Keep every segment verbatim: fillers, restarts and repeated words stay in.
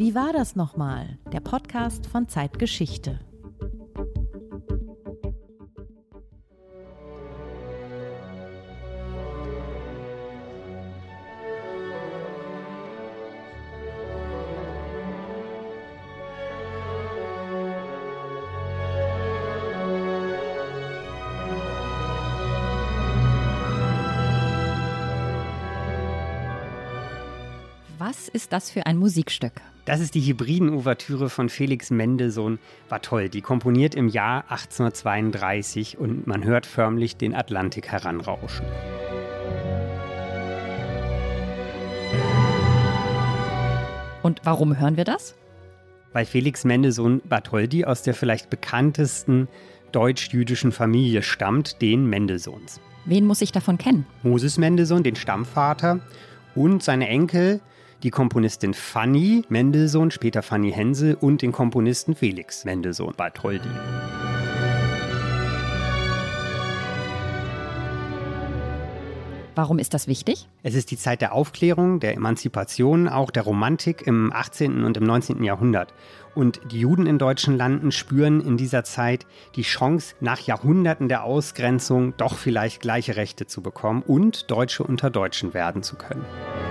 Wie war das nochmal? Der Podcast von Zeitgeschichte. Was ist das für ein Musikstück? Das ist die Hebriden-Ouvertüre von Felix Mendelssohn Bartholdy, komponiert im Jahr achtzehnhundertzweiunddreißig, und man hört förmlich den Atlantik heranrauschen. Und warum hören wir das? Weil Felix Mendelssohn Bartholdy aus der vielleicht bekanntesten deutsch-jüdischen Familie stammt, den Mendelssohns. Wen muss ich davon kennen? Moses Mendelssohn, den Stammvater, und seine Enkel, die Komponistin Fanny Mendelssohn, später Fanny Hensel, und den Komponisten Felix Mendelssohn Bartholdy. Warum ist das wichtig? Es ist die Zeit der Aufklärung, der Emanzipation, auch der Romantik im achtzehnten und im neunzehnten Jahrhundert. Und die Juden in deutschen Landen spüren in dieser Zeit die Chance, nach Jahrhunderten der Ausgrenzung doch vielleicht gleiche Rechte zu bekommen und Deutsche unter Deutschen werden zu können.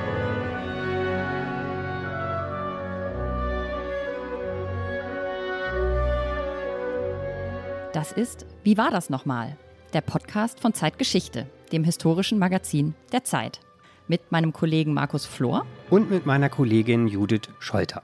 Das ist Wie war das nochmal? Der Podcast von Zeitgeschichte, dem historischen Magazin der Zeit. Mit meinem Kollegen Markus Flor. Und mit meiner Kollegin Judith Scholter.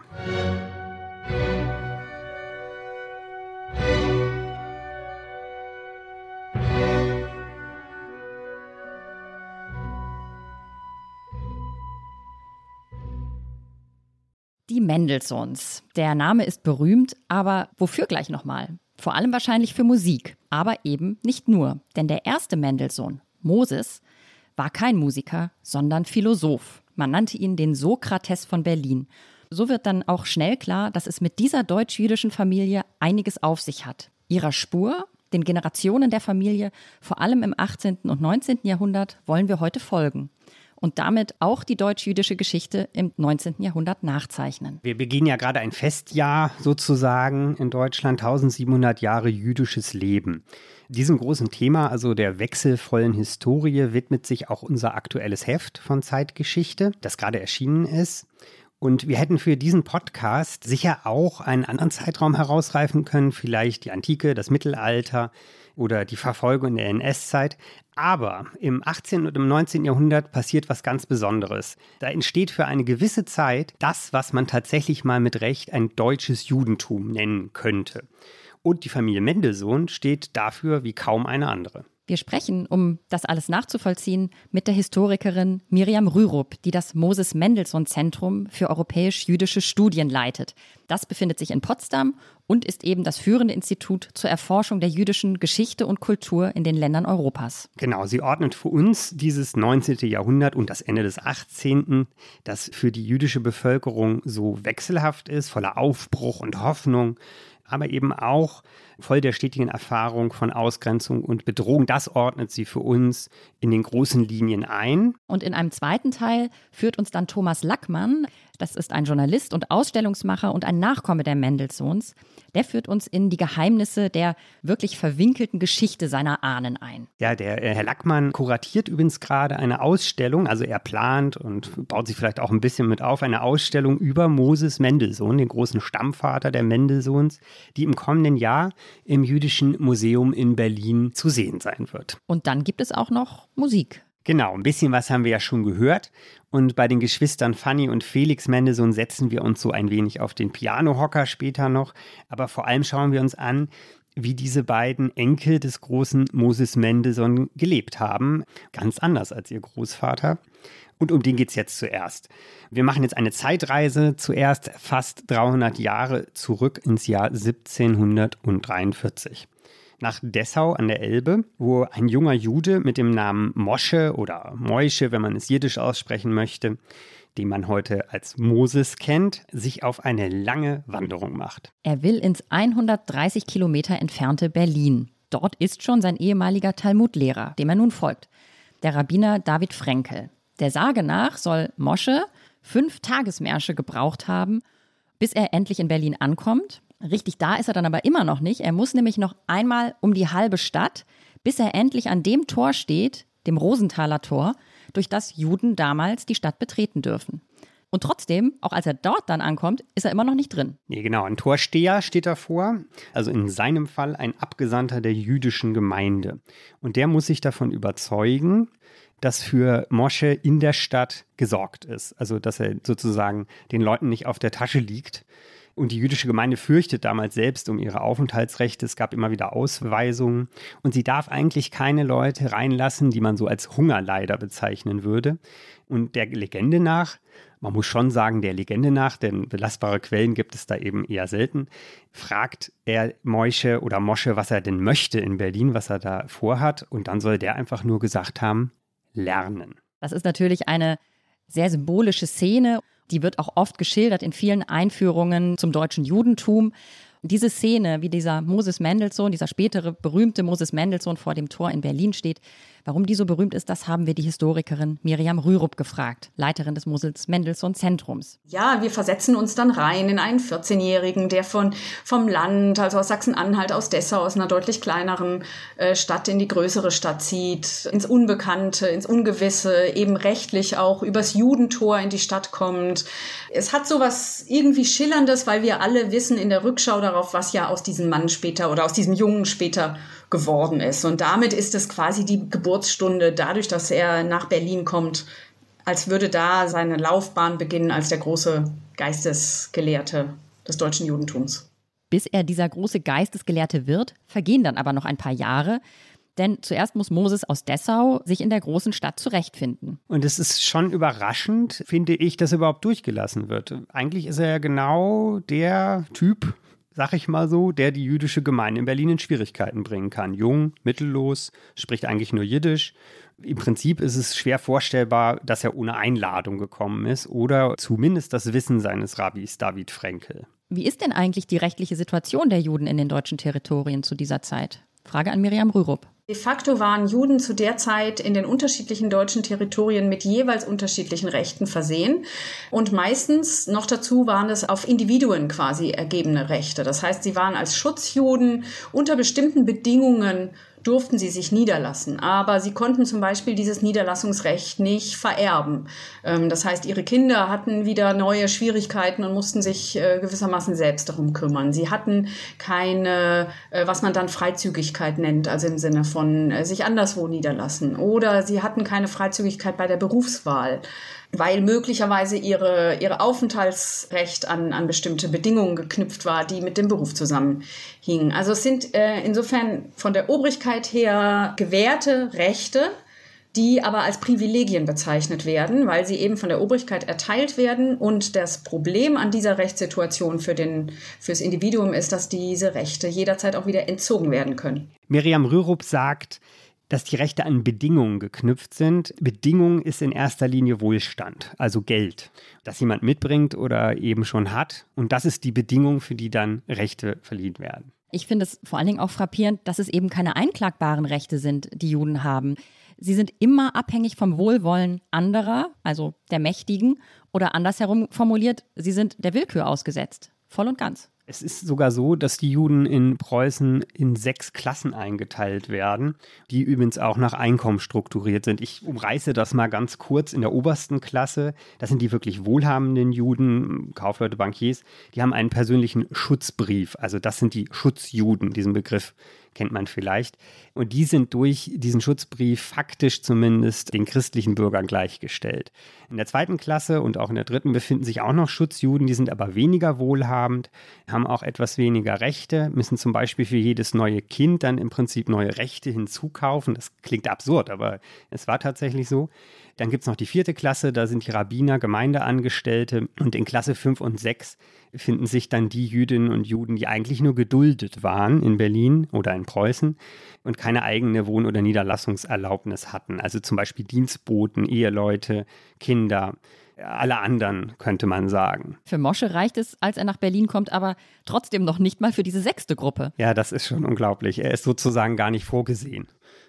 Die Mendelssohns. Der Name ist berühmt, aber wofür gleich nochmal? Vor allem wahrscheinlich für Musik, aber eben nicht nur. Denn der erste Mendelssohn, Moses, war kein Musiker, sondern Philosoph. Man nannte ihn den Sokrates von Berlin. So wird dann auch schnell klar, dass es mit dieser deutsch-jüdischen Familie einiges auf sich hat. Ihrer Spur, den Generationen der Familie, vor allem im achtzehnten und neunzehnten Jahrhundert, wollen wir heute folgen. Und damit auch die deutsch-jüdische Geschichte im neunzehnten Jahrhundert nachzeichnen. Wir begehen ja gerade ein Festjahr sozusagen in Deutschland, tausendsiebenhundert Jahre jüdisches Leben. Diesem großen Thema, also der wechselvollen Historie, widmet sich auch unser aktuelles Heft von Zeitgeschichte, das gerade erschienen ist. Und wir hätten für diesen Podcast sicher auch einen anderen Zeitraum herausgreifen können, vielleicht die Antike, das Mittelalter oder die Verfolgung in der N S-Zeit. Aber im achtzehnten und im neunzehnten Jahrhundert passiert was ganz Besonderes. Da entsteht für eine gewisse Zeit das, was man tatsächlich mal mit Recht ein deutsches Judentum nennen könnte. Und die Familie Mendelssohn steht dafür wie kaum eine andere. Wir sprechen, um das alles nachzuvollziehen, mit der Historikerin Miriam Rürup, die das Moses-Mendelssohn-Zentrum für europäisch-jüdische Studien leitet. Das befindet sich in Potsdam und ist eben das führende Institut zur Erforschung der jüdischen Geschichte und Kultur in den Ländern Europas. Genau, sie ordnet für uns dieses neunzehnten Jahrhundert und das Ende des achtzehnten, das für die jüdische Bevölkerung so wechselhaft ist, voller Aufbruch und Hoffnung, aber eben auch voll der stetigen Erfahrung von Ausgrenzung und Bedrohung. Das ordnet sie für uns in den großen Linien ein. Und in einem zweiten Teil führt uns dann Thomas Lackmann, das ist ein Journalist und Ausstellungsmacher und ein Nachkomme der Mendelssohns, der führt uns in die Geheimnisse der wirklich verwinkelten Geschichte seiner Ahnen ein. Ja, der äh, Herr Lackmann kuratiert übrigens gerade eine Ausstellung, also er plant und baut sich vielleicht auch ein bisschen mit auf, eine Ausstellung über Moses Mendelssohn, den großen Stammvater der Mendelssohns, die im kommenden Jahr im Jüdischen Museum in Berlin zu sehen sein wird. Und dann gibt es auch noch Musik. Genau, ein bisschen was haben wir ja schon gehört. Und bei den Geschwistern Fanny und Felix Mendelssohn setzen wir uns so ein wenig auf den Pianohocker später noch. Aber vor allem schauen wir uns an, wie diese beiden Enkel des großen Moses Mendelssohn gelebt haben. Ganz anders als ihr Großvater. Und um den geht es jetzt zuerst. Wir machen jetzt eine Zeitreise, zuerst fast dreihundert Jahre zurück ins Jahr siebzehnhundertdreiundvierzig. Nach Dessau an der Elbe, wo ein junger Jude mit dem Namen Mosche oder Moische, wenn man es jiddisch aussprechen möchte, den man heute als Moses kennt, sich auf eine lange Wanderung macht. Er will ins hundertdreißig Kilometer entfernte Berlin. Dort ist schon sein ehemaliger Talmudlehrer, dem er nun folgt, der Rabbiner David Frenkel. Der Sage nach soll Mosche fünf Tagesmärsche gebraucht haben, bis er endlich in Berlin ankommt. Richtig, da ist er dann aber immer noch nicht. Er muss nämlich noch einmal um die halbe Stadt, bis er endlich an dem Tor steht, dem Rosenthaler Tor, durch das Juden damals die Stadt betreten dürfen. Und trotzdem, auch als er dort dann ankommt, ist er immer noch nicht drin. Nee, genau, ein Torsteher steht davor, also in seinem Fall ein Abgesandter der jüdischen Gemeinde. Und der muss sich davon überzeugen, dass für Mosche in der Stadt gesorgt ist. Also dass er sozusagen den Leuten nicht auf der Tasche liegt. Und die jüdische Gemeinde fürchtet damals selbst um ihre Aufenthaltsrechte. Es gab immer wieder Ausweisungen. Und sie darf eigentlich keine Leute reinlassen, die man so als Hungerleider bezeichnen würde. Und der Legende nach, man muss schon sagen, der Legende nach, denn belastbare Quellen gibt es da eben eher selten, fragt er Mosche oder Mosche, was er denn möchte in Berlin, was er da vorhat. Und dann soll der einfach nur gesagt haben, lernen. Das ist natürlich eine sehr symbolische Szene. Die wird auch oft geschildert in vielen Einführungen zum deutschen Judentum. Diese Szene, wie dieser Moses Mendelssohn, dieser spätere berühmte Moses Mendelssohn vor dem Tor in Berlin steht, warum die so berühmt ist, das haben wir die Historikerin Miriam Rürup gefragt, Leiterin des Moses Mendelssohn Zentrums. Ja, wir versetzen uns dann rein in einen vierzehnjährigen, der von, vom Land, also aus Sachsen-Anhalt, aus Dessau, aus einer deutlich kleineren äh, Stadt in die größere Stadt zieht, ins Unbekannte, ins Ungewisse, eben rechtlich auch übers Judentor in die Stadt kommt. Es hat sowas irgendwie Schillerndes, weil wir alle wissen in der Rückschau darauf, was ja aus diesem Mann später oder aus diesem Jungen später geworden ist. Und damit ist es quasi die Geburtsstunde, dadurch, dass er nach Berlin kommt, als würde da seine Laufbahn beginnen als der große Geistesgelehrte des deutschen Judentums. Bis er dieser große Geistesgelehrte wird, vergehen dann aber noch ein paar Jahre. Denn zuerst muss Moses aus Dessau sich in der großen Stadt zurechtfinden. Und es ist schon überraschend, finde ich, dass er überhaupt durchgelassen wird. Eigentlich ist er ja genau der Typ, sag ich mal so, der die jüdische Gemeinde in Berlin in Schwierigkeiten bringen kann. Jung, mittellos, spricht eigentlich nur Jiddisch. Im Prinzip ist es schwer vorstellbar, dass er ohne Einladung gekommen ist oder zumindest das Wissen seines Rabbis David Frenkel. Wie ist denn eigentlich die rechtliche Situation der Juden in den deutschen Territorien zu dieser Zeit? Frage an Miriam Rürup. De facto waren Juden zu der Zeit in den unterschiedlichen deutschen Territorien mit jeweils unterschiedlichen Rechten versehen. Und meistens noch dazu waren es auf Individuen quasi ergebene Rechte. Das heißt, sie waren als Schutzjuden unter bestimmten Bedingungen durften sie sich niederlassen. Aber sie konnten zum Beispiel dieses Niederlassungsrecht nicht vererben. Das heißt, ihre Kinder hatten wieder neue Schwierigkeiten und mussten sich gewissermaßen selbst darum kümmern. Sie hatten keine, was man dann Freizügigkeit nennt, also im Sinne von sich anderswo niederlassen. Oder sie hatten keine Freizügigkeit bei der Berufswahl, weil möglicherweise ihre, ihre Aufenthaltsrecht an, an bestimmte Bedingungen geknüpft war, die mit dem Beruf zusammenhingen. Also es sind äh, insofern von der Obrigkeit her gewährte Rechte, die aber als Privilegien bezeichnet werden, weil sie eben von der Obrigkeit erteilt werden. Und das Problem an dieser Rechtssituation für den, fürs Individuum ist, dass diese Rechte jederzeit auch wieder entzogen werden können. Miriam Rürup sagt, dass die Rechte an Bedingungen geknüpft sind. Bedingung ist in erster Linie Wohlstand, also Geld, das jemand mitbringt oder eben schon hat. Und das ist die Bedingung, für die dann Rechte verliehen werden. Ich finde es vor allen Dingen auch frappierend, dass es eben keine einklagbaren Rechte sind, die Juden haben. Sie sind immer abhängig vom Wohlwollen anderer, also der Mächtigen, oder andersherum formuliert, sie sind der Willkür ausgesetzt, voll und ganz. Es ist sogar so, dass die Juden in Preußen in sechs Klassen eingeteilt werden, die übrigens auch nach Einkommen strukturiert sind. Ich umreiße das mal ganz kurz. In der obersten Klasse, das sind die wirklich wohlhabenden Juden, Kaufleute, Bankiers, die haben einen persönlichen Schutzbrief. Also das sind die Schutzjuden, diesen Begriff kennt man vielleicht. Und die sind durch diesen Schutzbrief faktisch zumindest den christlichen Bürgern gleichgestellt. In der zweiten Klasse und auch in der dritten befinden sich auch noch Schutzjuden, die sind aber weniger wohlhabend, haben auch etwas weniger Rechte, müssen zum Beispiel für jedes neue Kind dann im Prinzip neue Rechte hinzukaufen. Das klingt absurd, aber es war tatsächlich so. Dann gibt es noch die vierte Klasse, da sind die Rabbiner, Gemeindeangestellte. Und in Klasse fünf und sechs finden sich dann die Jüdinnen und Juden, die eigentlich nur geduldet waren in Berlin oder in Preußen und keine eigene Wohn- oder Niederlassungserlaubnis hatten. Also zum Beispiel Dienstboten, Eheleute, Kinder, alle anderen, könnte man sagen. Für Mosche reicht es, als er nach Berlin kommt, aber trotzdem noch nicht mal für diese sechste Gruppe. Ja, das ist schon unglaublich. Er ist sozusagen gar nicht vorgesehen.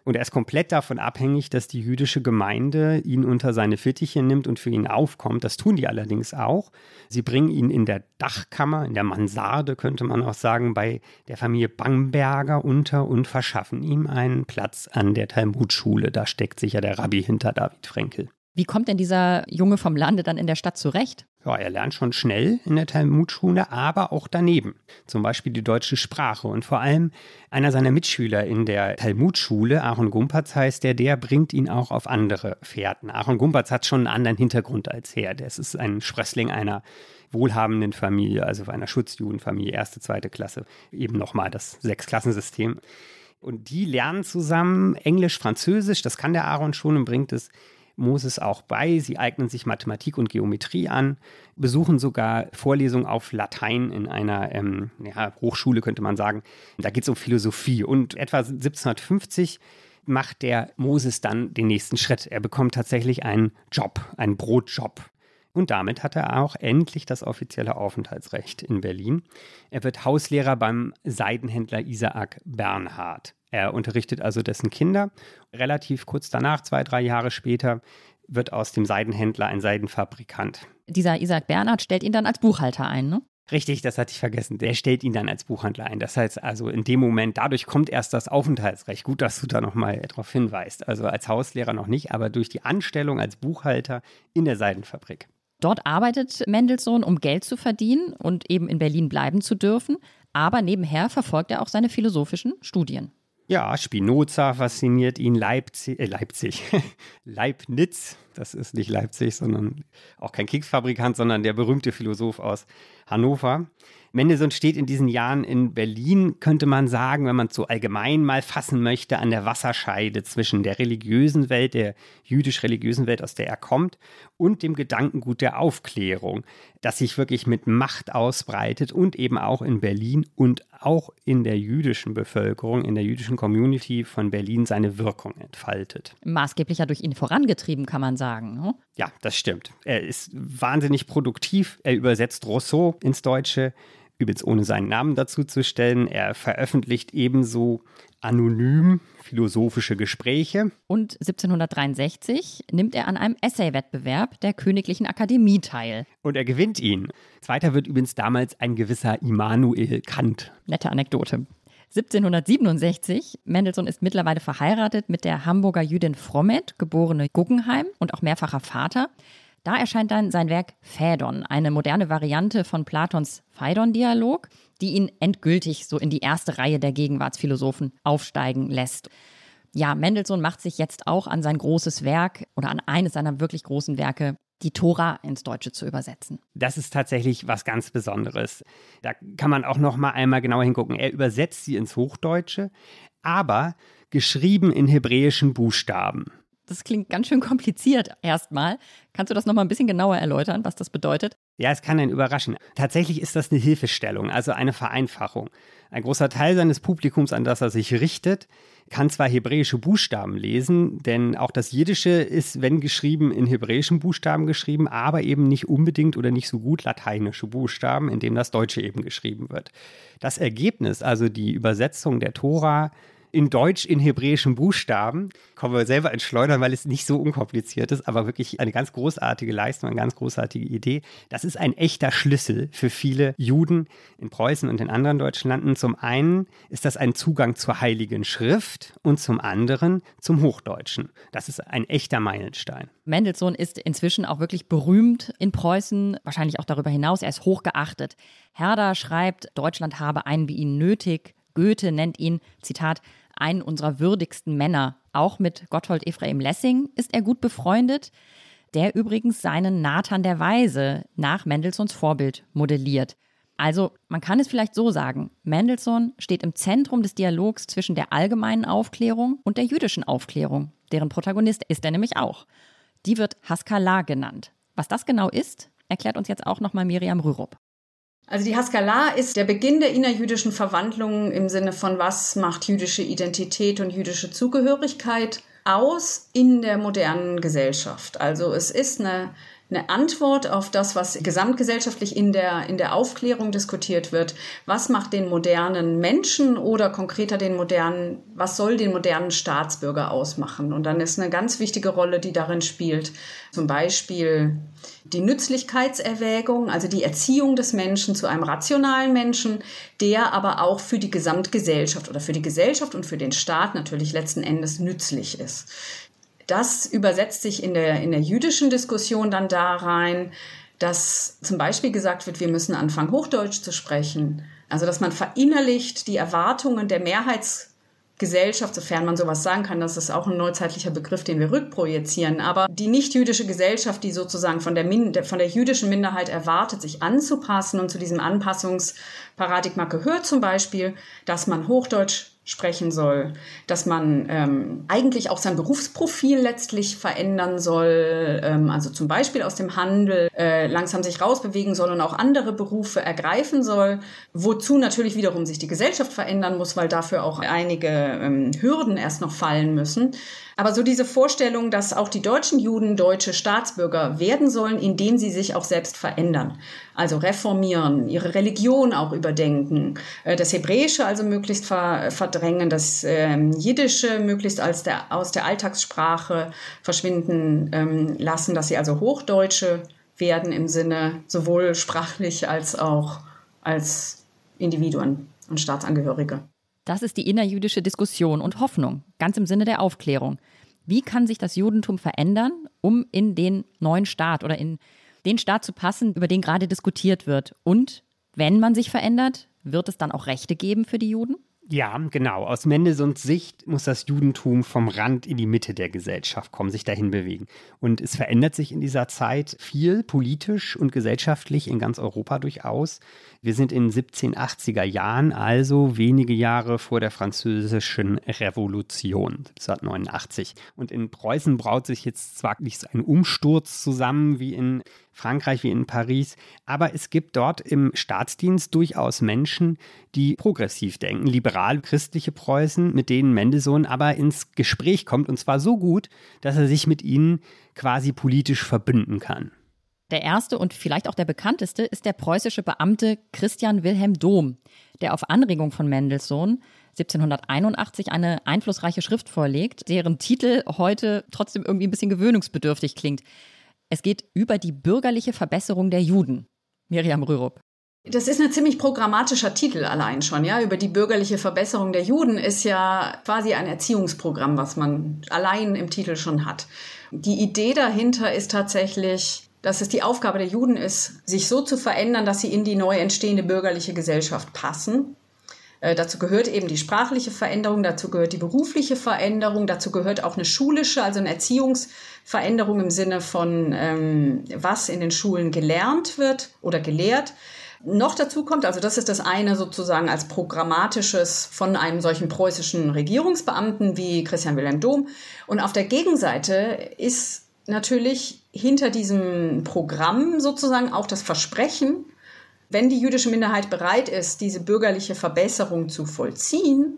Und er ist komplett davon abhängig, dass die jüdische Gemeinde ihn unter seine Fittiche nimmt und für ihn aufkommt. Das tun die allerdings auch. Sie bringen ihn in der Dachkammer, in der Mansarde, könnte man auch sagen, bei der Familie Bamberger unter und verschaffen ihm einen Platz an der Talmudschule. Da steckt sicher der Rabbi hinter David Frenkel. Wie kommt denn dieser Junge vom Lande dann in der Stadt zurecht? Ja, er lernt schon schnell in der Talmudschule, aber auch daneben. Zum Beispiel die deutsche Sprache. Und vor allem einer seiner Mitschüler in der Talmudschule, Aaron Gumperz heißt der, der bringt ihn auch auf andere Fährten. Aaron Gumperz hat schon einen anderen Hintergrund als er. Das ist ein Sprössling einer wohlhabenden Familie, also einer Schutzjudenfamilie, erste, zweite Klasse. Eben nochmal das Sechsklassensystem. Und die lernen zusammen Englisch, Französisch, das kann der Aaron schon und bringt es Moses auch bei. Sie eignen sich Mathematik und Geometrie an, besuchen sogar Vorlesungen auf Latein in einer ähm, ja, Hochschule, könnte man sagen. Da geht es um Philosophie. Und etwa siebzehnhundertfünfzig macht der Moses dann den nächsten Schritt. Er bekommt tatsächlich einen Job, einen Brotjob. Und damit hat er auch endlich das offizielle Aufenthaltsrecht in Berlin. Er wird Hauslehrer beim Seidenhändler Isaak Bernhard. Er unterrichtet also dessen Kinder. Relativ kurz danach, zwei, drei Jahre später, wird aus dem Seidenhändler ein Seidenfabrikant. Dieser Isaak Bernhard stellt ihn dann als Buchhalter ein, ne? Richtig, das hatte ich vergessen. Der stellt ihn dann als Buchhandler ein. Das heißt also in dem Moment, dadurch kommt erst das Aufenthaltsrecht. Gut, dass du da nochmal darauf hinweist. Also als Hauslehrer noch nicht, aber durch die Anstellung als Buchhalter in der Seidenfabrik. Dort arbeitet Mendelssohn, um Geld zu verdienen und eben in Berlin bleiben zu dürfen. Aber nebenher verfolgt er auch seine philosophischen Studien. Ja, Spinoza fasziniert ihn, Leipzig, äh Leipzig, Leibniz, das ist nicht Leipzig, sondern auch kein Keksfabrikant, sondern der berühmte Philosoph aus Hannover. Mendelssohn steht in diesen Jahren in Berlin, könnte man sagen, wenn man es so allgemein mal fassen möchte, an der Wasserscheide zwischen der religiösen Welt, der jüdisch-religiösen Welt, aus der er kommt, und dem Gedankengut der Aufklärung, das sich wirklich mit Macht ausbreitet und eben auch in Berlin und auch in der jüdischen Bevölkerung, in der jüdischen Community von Berlin seine Wirkung entfaltet. Maßgeblich ja durch ihn vorangetrieben, kann man sagen, ne? Ja, das stimmt. Er ist wahnsinnig produktiv. Er übersetzt Rousseau ins Deutsche, übrigens ohne seinen Namen dazu zu stellen. Er veröffentlicht ebenso anonym philosophische Gespräche. Und siebzehnhundertdreiundsechzig nimmt er an einem Essay-Wettbewerb der Königlichen Akademie teil. Und er gewinnt ihn. Zweiter wird übrigens damals ein gewisser Immanuel Kant. Nette Anekdote. siebzehnhundertsiebenundsechzig, Mendelssohn ist mittlerweile verheiratet mit der Hamburger Jüdin Fromet, geborene Guggenheim und auch mehrfacher Vater. Da erscheint dann sein Werk Phaedon, eine moderne Variante von Platons Phaidon-Dialog, die ihn endgültig so in die erste Reihe der Gegenwartsphilosophen aufsteigen lässt. Ja, Mendelssohn macht sich jetzt auch an sein großes Werk oder an eines seiner wirklich großen Werke, die Tora ins Deutsche zu übersetzen. Das ist tatsächlich was ganz Besonderes. Da kann man auch noch mal einmal genauer hingucken. Er übersetzt sie ins Hochdeutsche, aber geschrieben in hebräischen Buchstaben. Das klingt ganz schön kompliziert erstmal. Kannst du das noch mal ein bisschen genauer erläutern, was das bedeutet? Ja, es kann einen überraschen. Tatsächlich ist das eine Hilfestellung, also eine Vereinfachung. Ein großer Teil seines Publikums, an das er sich richtet, kann zwar hebräische Buchstaben lesen, denn auch das Jiddische ist, wenn geschrieben, in hebräischen Buchstaben geschrieben, aber eben nicht unbedingt oder nicht so gut lateinische Buchstaben, in denen das Deutsche eben geschrieben wird. Das Ergebnis, also die Übersetzung der Tora in Deutsch in hebräischen Buchstaben, kommen wir selber ins Schleudern, weil es nicht so unkompliziert ist, aber wirklich eine ganz großartige Leistung, eine ganz großartige Idee. Das ist ein echter Schlüssel für viele Juden in Preußen und in anderen deutschen Landen. Zum einen ist das ein Zugang zur Heiligen Schrift und zum anderen zum Hochdeutschen. Das ist ein echter Meilenstein. Mendelssohn ist inzwischen auch wirklich berühmt in Preußen, wahrscheinlich auch darüber hinaus. Er ist hochgeachtet. Herder schreibt, Deutschland habe einen wie ihn nötig. Goethe nennt ihn, Zitat, einen unserer würdigsten Männer. Auch mit Gotthold Ephraim Lessing ist er gut befreundet, der übrigens seinen Nathan der Weise nach Mendelssohns Vorbild modelliert. Also man kann es vielleicht so sagen, Mendelssohn steht im Zentrum des Dialogs zwischen der allgemeinen Aufklärung und der jüdischen Aufklärung. Deren Protagonist ist er nämlich auch. Die wird Haskalah genannt. Was das genau ist, erklärt uns jetzt auch nochmal Miriam Rürup. Also die Haskalah ist der Beginn der innerjüdischen Verwandlung im Sinne von, was macht jüdische Identität und jüdische Zugehörigkeit aus in der modernen Gesellschaft. Also es ist eine, eine Antwort auf das, was gesamtgesellschaftlich in der, in der Aufklärung diskutiert wird. Was macht den modernen Menschen oder konkreter den modernen, was soll den modernen Staatsbürger ausmachen? Und dann ist eine ganz wichtige Rolle, die darin spielt, zum Beispiel die Nützlichkeitserwägung, also die Erziehung des Menschen zu einem rationalen Menschen, der aber auch für die Gesamtgesellschaft oder für die Gesellschaft und für den Staat natürlich letzten Endes nützlich ist. Das übersetzt sich in der, in der jüdischen Diskussion dann da rein, dass zum Beispiel gesagt wird, wir müssen anfangen, Hochdeutsch zu sprechen. Also dass man verinnerlicht die Erwartungen der Mehrheitsgesellschaft, sofern man sowas sagen kann, das ist auch ein neuzeitlicher Begriff, den wir rückprojizieren. Aber die nicht-jüdische Gesellschaft, die sozusagen von der, Min- von der jüdischen Minderheit erwartet, sich anzupassen, und zu diesem Anpassungsparadigma gehört zum Beispiel, dass man Hochdeutsch sprechen soll, dass man ähm, eigentlich auch sein Berufsprofil letztlich verändern soll, ähm, also zum Beispiel aus dem Handel äh, langsam sich rausbewegen soll und auch andere Berufe ergreifen soll, wozu natürlich wiederum sich die Gesellschaft verändern muss, weil dafür auch einige ähm, Hürden erst noch fallen müssen. Aber so diese Vorstellung, dass auch die deutschen Juden deutsche Staatsbürger werden sollen, indem sie sich auch selbst verändern. Also reformieren, ihre Religion auch überdenken, das Hebräische also möglichst verdrängen, das ähm, Jiddische möglichst als der, aus der Alltagssprache verschwinden ähm, lassen, dass sie also Hochdeutsche werden im Sinne sowohl sprachlich als auch als Individuen und Staatsangehörige. Das ist die innerjüdische Diskussion und Hoffnung, ganz im Sinne der Aufklärung. Wie kann sich das Judentum verändern, um in den neuen Staat oder in den Staat zu passen, über den gerade diskutiert wird? Und wenn man sich verändert, wird es dann auch Rechte geben für die Juden? Ja, genau. Aus Mendelssohns Sicht muss das Judentum vom Rand in die Mitte der Gesellschaft kommen, sich dahin bewegen. Und es verändert sich in dieser Zeit viel, politisch und gesellschaftlich in ganz Europa durchaus. Wir sind in den siebzehnhundertachtziger Jahren, also wenige Jahre vor der Französischen Revolution, siebzehnhundertneunundachtzig. Und in Preußen braut sich jetzt zwar nicht so ein Umsturz zusammen wie in Frankreich, wie in Paris, aber es gibt dort im Staatsdienst durchaus Menschen, die progressiv denken, liberal-christliche Preußen, mit denen Mendelssohn aber ins Gespräch kommt, und zwar so gut, dass er sich mit ihnen quasi politisch verbünden kann. Der erste und vielleicht auch der bekannteste ist der preußische Beamte Christian Wilhelm Dohm, der auf Anregung von Mendelssohn siebzehnhunderteinundachtzig eine einflussreiche Schrift vorlegt, deren Titel heute trotzdem irgendwie ein bisschen gewöhnungsbedürftig klingt. Es geht über die bürgerliche Verbesserung der Juden. Miriam Rürup. Das ist ein ziemlich programmatischer Titel allein schon, ja. Über die bürgerliche Verbesserung der Juden ist ja quasi ein Erziehungsprogramm, was man allein im Titel schon hat. Die Idee dahinter ist tatsächlich, dass es die Aufgabe der Juden ist, sich so zu verändern, dass sie in die neu entstehende bürgerliche Gesellschaft passen. Äh, dazu gehört eben die sprachliche Veränderung, dazu gehört die berufliche Veränderung, dazu gehört auch eine schulische, also eine Erziehungsveränderung im Sinne von, ähm, was in den Schulen gelernt wird oder gelehrt. Noch dazu kommt, also das ist das eine sozusagen als programmatisches von einem solchen preußischen Regierungsbeamten wie Christian Wilhelm Dohm. Und auf der Gegenseite ist natürlich hinter diesem Programm sozusagen auch das Versprechen, wenn die jüdische Minderheit bereit ist, diese bürgerliche Verbesserung zu vollziehen,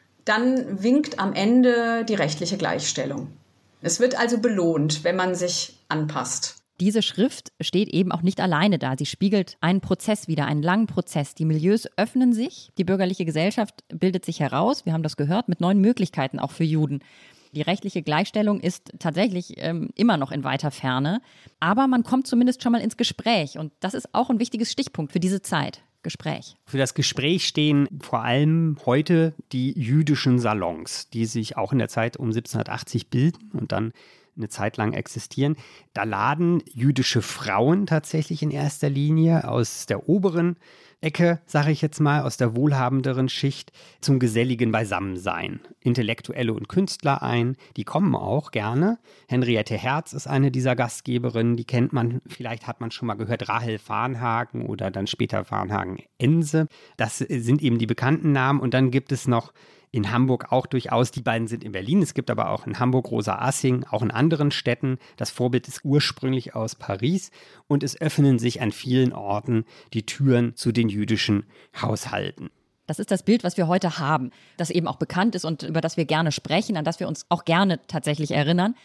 dann winkt am Ende die rechtliche Gleichstellung. Es wird also belohnt, wenn man sich anpasst. Diese Schrift steht eben auch nicht alleine da. Sie spiegelt einen Prozess wider, einen langen Prozess. Die Milieus öffnen sich, die bürgerliche Gesellschaft bildet sich heraus, wir haben das gehört, mit neuen Möglichkeiten auch für Juden. Die rechtliche Gleichstellung ist tatsächlich ähm, immer noch in weiter Ferne, aber man kommt zumindest schon mal ins Gespräch und das ist auch ein wichtiges Stichpunkt für diese Zeit. Gespräch. Für das Gespräch stehen vor allem heute die jüdischen Salons, die sich auch in der Zeit um siebzehnhundertachtzig bilden und dann eine Zeit lang existieren. Da laden jüdische Frauen tatsächlich in erster Linie aus der oberen Ecke, sage ich jetzt mal, aus der wohlhabenderen Schicht zum geselligen Beisammensein. Intellektuelle und Künstler ein, die kommen auch gerne. Henriette Herz ist eine dieser Gastgeberinnen, die kennt man, vielleicht hat man schon mal gehört, Rahel Varnhagen oder dann später Varnhagen-Ense. Das sind eben die bekannten Namen und dann gibt es noch in Hamburg auch durchaus, die beiden sind in Berlin, es gibt aber auch in Hamburg Rosa Assing, auch in anderen Städten. Das Vorbild ist ursprünglich aus Paris und es öffnen sich an vielen Orten die Türen zu den jüdischen Haushalten. Das ist das Bild, was wir heute haben, das eben auch bekannt ist und über das wir gerne sprechen, an das wir uns auch gerne tatsächlich erinnern.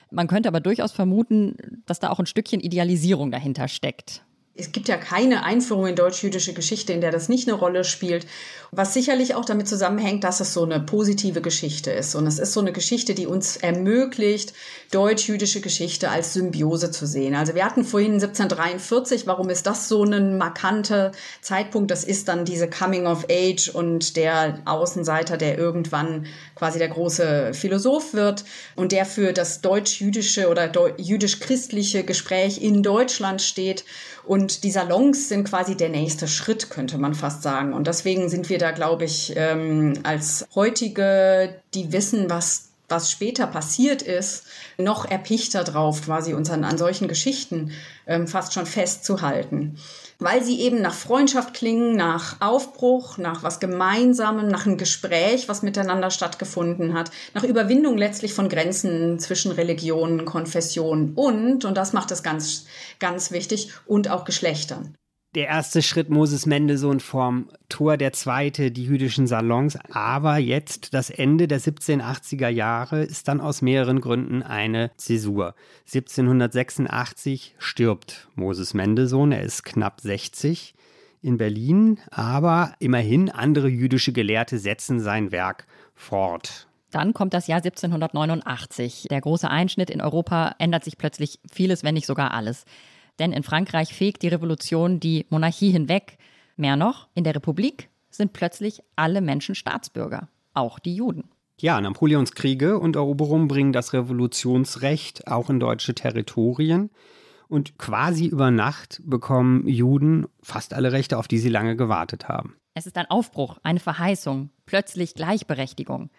Man könnte aber durchaus vermuten, dass da auch ein Stückchen Idealisierung dahinter steckt. Es gibt ja keine Einführung in deutsch-jüdische Geschichte, in der das nicht eine Rolle spielt. Was sicherlich auch damit zusammenhängt, dass es so eine positive Geschichte ist. Und es ist so eine Geschichte, die uns ermöglicht, deutsch-jüdische Geschichte als Symbiose zu sehen. Also wir hatten vorhin siebzehnhundertdreiundvierzig. Warum ist das so ein markanter Zeitpunkt? Das ist dann diese Coming of Age und der Außenseiter, der irgendwann quasi der große Philosoph wird und der für das deutsch-jüdische oder jüdisch-christliche Gespräch in Deutschland steht. Und die Salons sind quasi der nächste Schritt, könnte man fast sagen. Und deswegen sind wir da, glaube ich, ähm, als heutige, die wissen, was, was später passiert ist, noch erpichter drauf, quasi uns an, an solchen Geschichten ähm, fast schon festzuhalten. Weil sie eben nach Freundschaft klingen, nach Aufbruch, nach was Gemeinsamem, nach einem Gespräch, was miteinander stattgefunden hat, nach Überwindung letztlich von Grenzen zwischen Religionen, Konfessionen und, und das macht es ganz, ganz wichtig, und auch Geschlechtern. Der erste Schritt Moses Mendelssohn vom Tor, der zweite die jüdischen Salons. Aber jetzt, das Ende der siebzehnhundertachtziger Jahre, ist dann aus mehreren Gründen eine Zäsur. siebzehnhundertsechsundachtzig stirbt Moses Mendelssohn, er ist knapp sechzig in Berlin, aber immerhin andere jüdische Gelehrte setzen sein Werk fort. Dann kommt das Jahr siebzehnhundertneunundachtzig. Der große Einschnitt in Europa, ändert sich plötzlich vieles, wenn nicht sogar alles. Denn in Frankreich fegt die Revolution die Monarchie hinweg. Mehr noch, in der Republik sind plötzlich alle Menschen Staatsbürger, auch die Juden. Ja, Napoleonskriege und Eroberungen bringen das Revolutionsrecht auch in deutsche Territorien. Und quasi über Nacht bekommen Juden fast alle Rechte, auf die sie lange gewartet haben. Es ist ein Aufbruch, eine Verheißung, plötzlich Gleichberechtigung.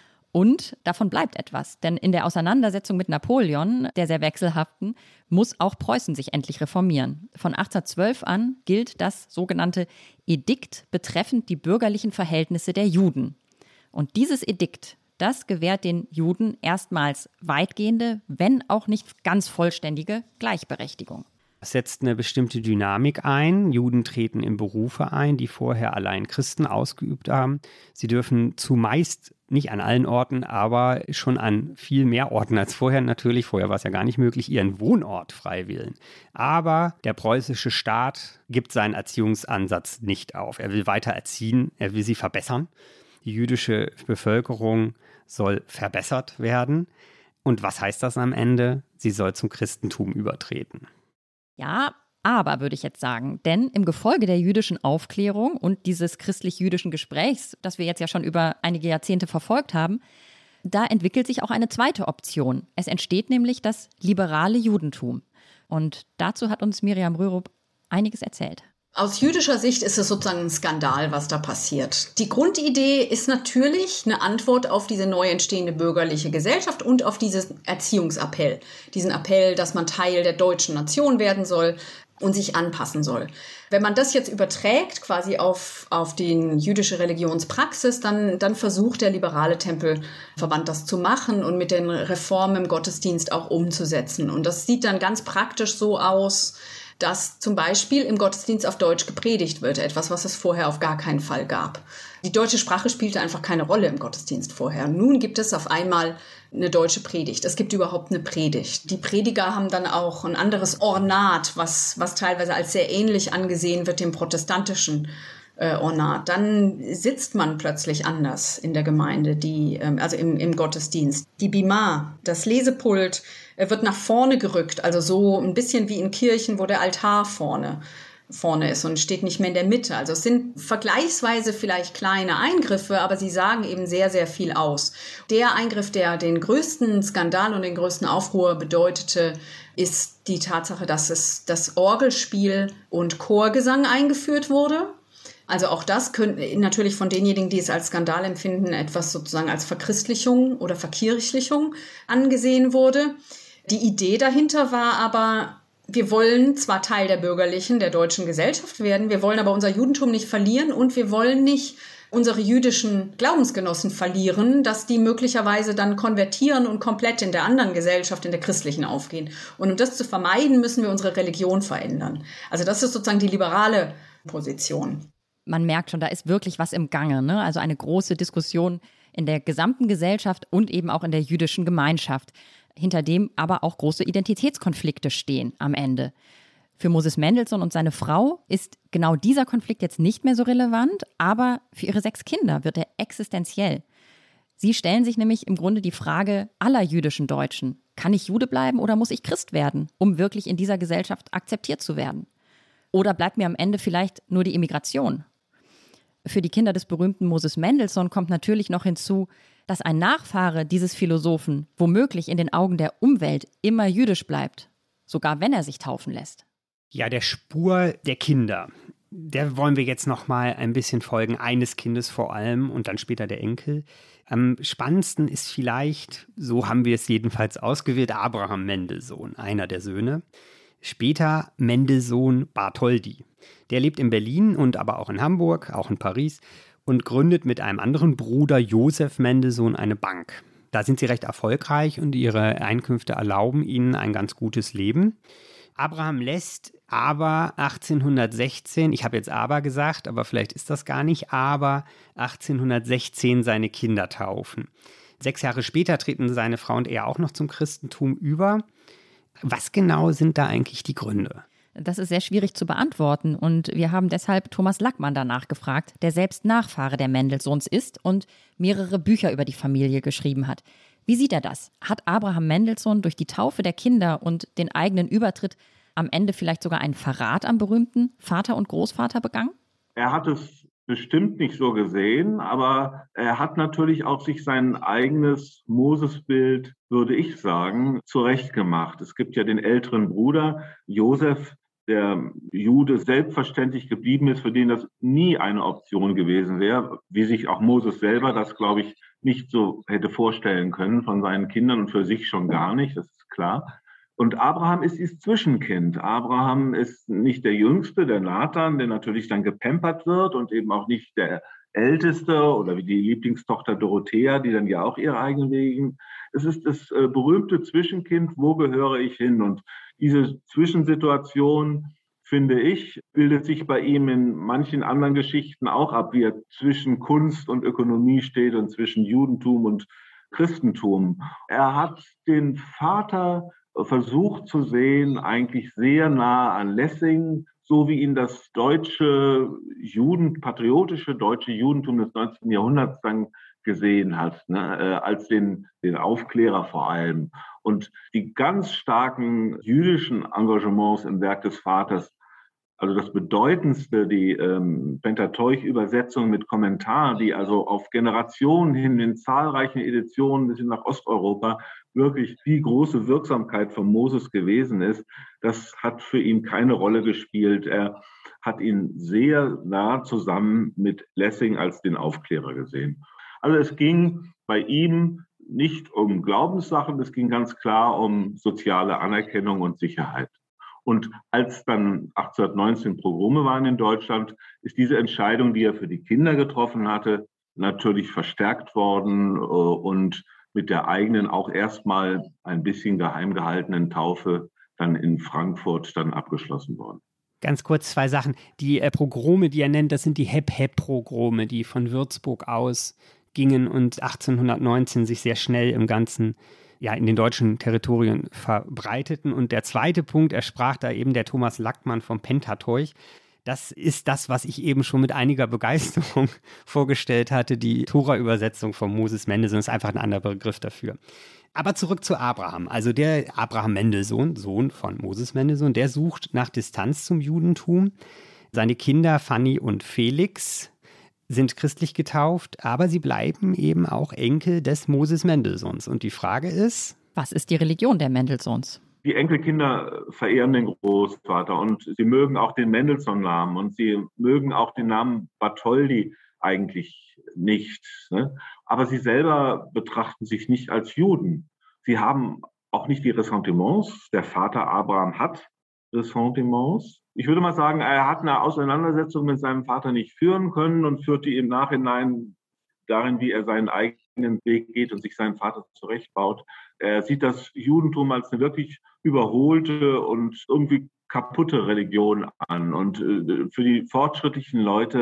Und davon bleibt etwas, denn in der Auseinandersetzung mit Napoleon, der sehr wechselhaften, muss auch Preußen sich endlich reformieren. Von achtzehnhundertzwölf an gilt das sogenannte Edikt betreffend die bürgerlichen Verhältnisse der Juden. Und dieses Edikt, das gewährt den Juden erstmals weitgehende, wenn auch nicht ganz vollständige Gleichberechtigung. Es setzt eine bestimmte Dynamik ein. Juden treten in Berufe ein, die vorher allein Christen ausgeübt haben. Sie dürfen zumeist, nicht an allen Orten, aber schon an viel mehr Orten als vorher natürlich, vorher war es ja gar nicht möglich, ihren Wohnort frei wählen. Aber der preußische Staat gibt seinen Erziehungsansatz nicht auf. Er will weiter erziehen, er will sie verbessern. Die jüdische Bevölkerung soll verbessert werden. Und was heißt das am Ende? Sie soll zum Christentum übertreten. Ja, aber würde ich jetzt sagen, denn im Gefolge der jüdischen Aufklärung und dieses christlich-jüdischen Gesprächs, das wir jetzt ja schon über einige Jahrzehnte verfolgt haben, da entwickelt sich auch eine zweite Option. Es entsteht nämlich das liberale Judentum. Und dazu hat uns Miriam Rürup einiges erzählt. Aus jüdischer Sicht ist es sozusagen ein Skandal, was da passiert. Die Grundidee ist natürlich eine Antwort auf diese neu entstehende bürgerliche Gesellschaft und auf diesen Erziehungsappell. Diesen Appell, dass man Teil der deutschen Nation werden soll und sich anpassen soll. Wenn man das jetzt überträgt quasi auf, auf die jüdische Religionspraxis, dann, dann versucht der liberale Tempelverband das zu machen und mit den Reformen im Gottesdienst auch umzusetzen. Und das sieht dann ganz praktisch so aus, dass zum Beispiel im Gottesdienst auf Deutsch gepredigt wird, etwas, was es vorher auf gar keinen Fall gab. Die deutsche Sprache spielte einfach keine Rolle im Gottesdienst vorher. Nun gibt es auf einmal eine deutsche Predigt. Es gibt überhaupt eine Predigt. Die Prediger haben dann auch ein anderes Ornat, was, was teilweise als sehr ähnlich angesehen wird dem protestantischen äh, Ornat. Dann sitzt man plötzlich anders in der Gemeinde, die, ähm, also im, im Gottesdienst. Die Bima, das Lesepult, äh, wird nach vorne gerückt, also so ein bisschen wie in Kirchen, wo der Altar vorne vorne ist und steht nicht mehr in der Mitte. Also es sind vergleichsweise vielleicht kleine Eingriffe, aber sie sagen eben sehr, sehr viel aus. Der Eingriff, der den größten Skandal und den größten Aufruhr bedeutete, ist die Tatsache, dass es das Orgelspiel und Chorgesang eingeführt wurde. Also auch das könnte natürlich von denjenigen, die es als Skandal empfinden, etwas sozusagen als Verchristlichung oder Verkirchlichung angesehen wurde. Die Idee dahinter war aber, wir wollen zwar Teil der bürgerlichen, der deutschen Gesellschaft werden, wir wollen aber unser Judentum nicht verlieren und wir wollen nicht unsere jüdischen Glaubensgenossen verlieren, dass die möglicherweise dann konvertieren und komplett in der anderen Gesellschaft, in der christlichen aufgehen. Und um das zu vermeiden, müssen wir unsere Religion verändern. Also das ist sozusagen die liberale Position. Man merkt schon, da ist wirklich was im Gange, ne? Also eine große Diskussion in der gesamten Gesellschaft und eben auch in der jüdischen Gemeinschaft. hinter dem aber auch große Identitätskonflikte stehen am Ende. Für Moses Mendelssohn und seine Frau ist genau dieser Konflikt jetzt nicht mehr so relevant, aber für ihre sechs Kinder wird er existenziell. Sie stellen sich nämlich im Grunde die Frage aller jüdischen Deutschen: Kann ich Jude bleiben oder muss ich Christ werden, um wirklich in dieser Gesellschaft akzeptiert zu werden? Oder bleibt mir am Ende vielleicht nur die Immigration? Für die Kinder des berühmten Moses Mendelssohn kommt natürlich noch hinzu, dass ein Nachfahre dieses Philosophen womöglich in den Augen der Umwelt immer jüdisch bleibt, sogar wenn er sich taufen lässt. Ja, der Spur der Kinder, der wollen wir jetzt noch mal ein bisschen folgen, eines Kindes vor allem und dann später der Enkel. Am spannendsten ist vielleicht, so haben wir es jedenfalls ausgewählt, Abraham Mendelssohn, einer der Söhne. Später Mendelssohn Bartholdy. Der lebt in Berlin und aber auch in Hamburg, auch in Paris und gründet mit einem anderen Bruder Joseph Mendelssohn eine Bank. Da sind sie recht erfolgreich und ihre Einkünfte erlauben ihnen ein ganz gutes Leben. Abraham lässt aber achtzehnhundertsechzehn, ich habe jetzt aber gesagt, aber vielleicht ist das gar nicht, aber achtzehnhundertsechzehn seine Kinder taufen. Sechs Jahre später treten seine Frau und er auch noch zum Christentum über. Was genau sind da eigentlich die Gründe? Das ist sehr schwierig zu beantworten und wir haben deshalb Thomas Lackmann danach gefragt, der selbst Nachfahre der Mendelssohns ist und mehrere Bücher über die Familie geschrieben hat. Wie sieht er das? Hat Abraham Mendelssohn durch die Taufe der Kinder und den eigenen Übertritt am Ende vielleicht sogar einen Verrat am berühmten Vater und Großvater begangen? Er hat es bestimmt nicht so gesehen, aber er hat natürlich auch sich sein eigenes Mosesbild, würde ich sagen, zurechtgemacht. Es gibt ja den älteren Bruder, Joseph, der Jude selbstverständlich geblieben ist, für den das nie eine Option gewesen wäre, wie sich auch Moses selber das, glaube ich, nicht so hätte vorstellen können von seinen Kindern und für sich schon gar nicht, das ist klar. Und Abraham ist dieses Zwischenkind. Abraham ist nicht der Jüngste, der Nathan, der natürlich dann gepampert wird und eben auch nicht der Älteste oder wie die Lieblingstochter Dorothea, die dann ja auch ihre eigenen Wege gehen. Es ist das äh, berühmte Zwischenkind, wo gehöre ich hin? Und diese Zwischensituation, finde ich, bildet sich bei ihm in manchen anderen Geschichten auch ab, wie er zwischen Kunst und Ökonomie steht und zwischen Judentum und Christentum. Er hat den Vater versucht zu sehen, eigentlich sehr nah an Lessing, so wie ihn das deutsche Juden, patriotische deutsche Judentum des neunzehnten Jahrhunderts dann gesehen hat, ne, äh, als den, den Aufklärer vor allem. Und die ganz starken jüdischen Engagements im Werk des Vaters, also das bedeutendste, die ähm, Pentateuch-Übersetzung mit Kommentar, die also auf Generationen hin in zahlreichen Editionen bis hin nach Osteuropa wirklich die große Wirksamkeit von Moses gewesen ist, das hat für ihn keine Rolle gespielt. Er hat ihn sehr nah zusammen mit Lessing als den Aufklärer gesehen. Also es ging bei ihm nicht um Glaubenssachen, es ging ganz klar um soziale Anerkennung und Sicherheit. Und als dann achtzehnhundertneunzehn Pogrome waren in Deutschland, ist diese Entscheidung, die er für die Kinder getroffen hatte, natürlich verstärkt worden und mit der eigenen, auch erstmal ein bisschen geheim gehaltenen Taufe dann in Frankfurt dann abgeschlossen worden. Ganz kurz zwei Sachen. Die äh, Pogrome, die er nennt, das sind die Hep-Hep-Pogrome, die von Würzburg aus gingen und achtzehnhundertneunzehn sich sehr schnell im ganzen, ja, in den deutschen Territorien verbreiteten. Und der zweite Punkt, er sprach da eben der Thomas Lackmann vom Pentateuch. Das ist das, was ich eben schon mit einiger Begeisterung vorgestellt hatte. Die Tora-Übersetzung von Moses Mendelssohn ist einfach ein anderer Begriff dafür. Aber zurück zu Abraham. Also der Abraham Mendelssohn, Sohn von Moses Mendelssohn, der sucht nach Distanz zum Judentum. Seine Kinder Fanny und Felix sind christlich getauft, aber sie bleiben eben auch Enkel des Moses Mendelssohns. Und die Frage ist: Was ist die Religion der Mendelssohns? Die Enkelkinder verehren den Großvater und sie mögen auch den Mendelssohn-Namen und sie mögen auch den Namen Bartholdy eigentlich nicht. Ne? Aber sie selber betrachten sich nicht als Juden. Sie haben auch nicht die Ressentiments. Der Vater Abraham hat Ressentiments. Ich würde mal sagen, er hat eine Auseinandersetzung mit seinem Vater nicht führen können und führte im Nachhinein darin, wie er seinen eigenen Weg geht und sich seinen Vater zurechtbaut. Er sieht das Judentum als eine wirklich überholte und irgendwie kaputte Religion an. Und für die fortschrittlichen Leute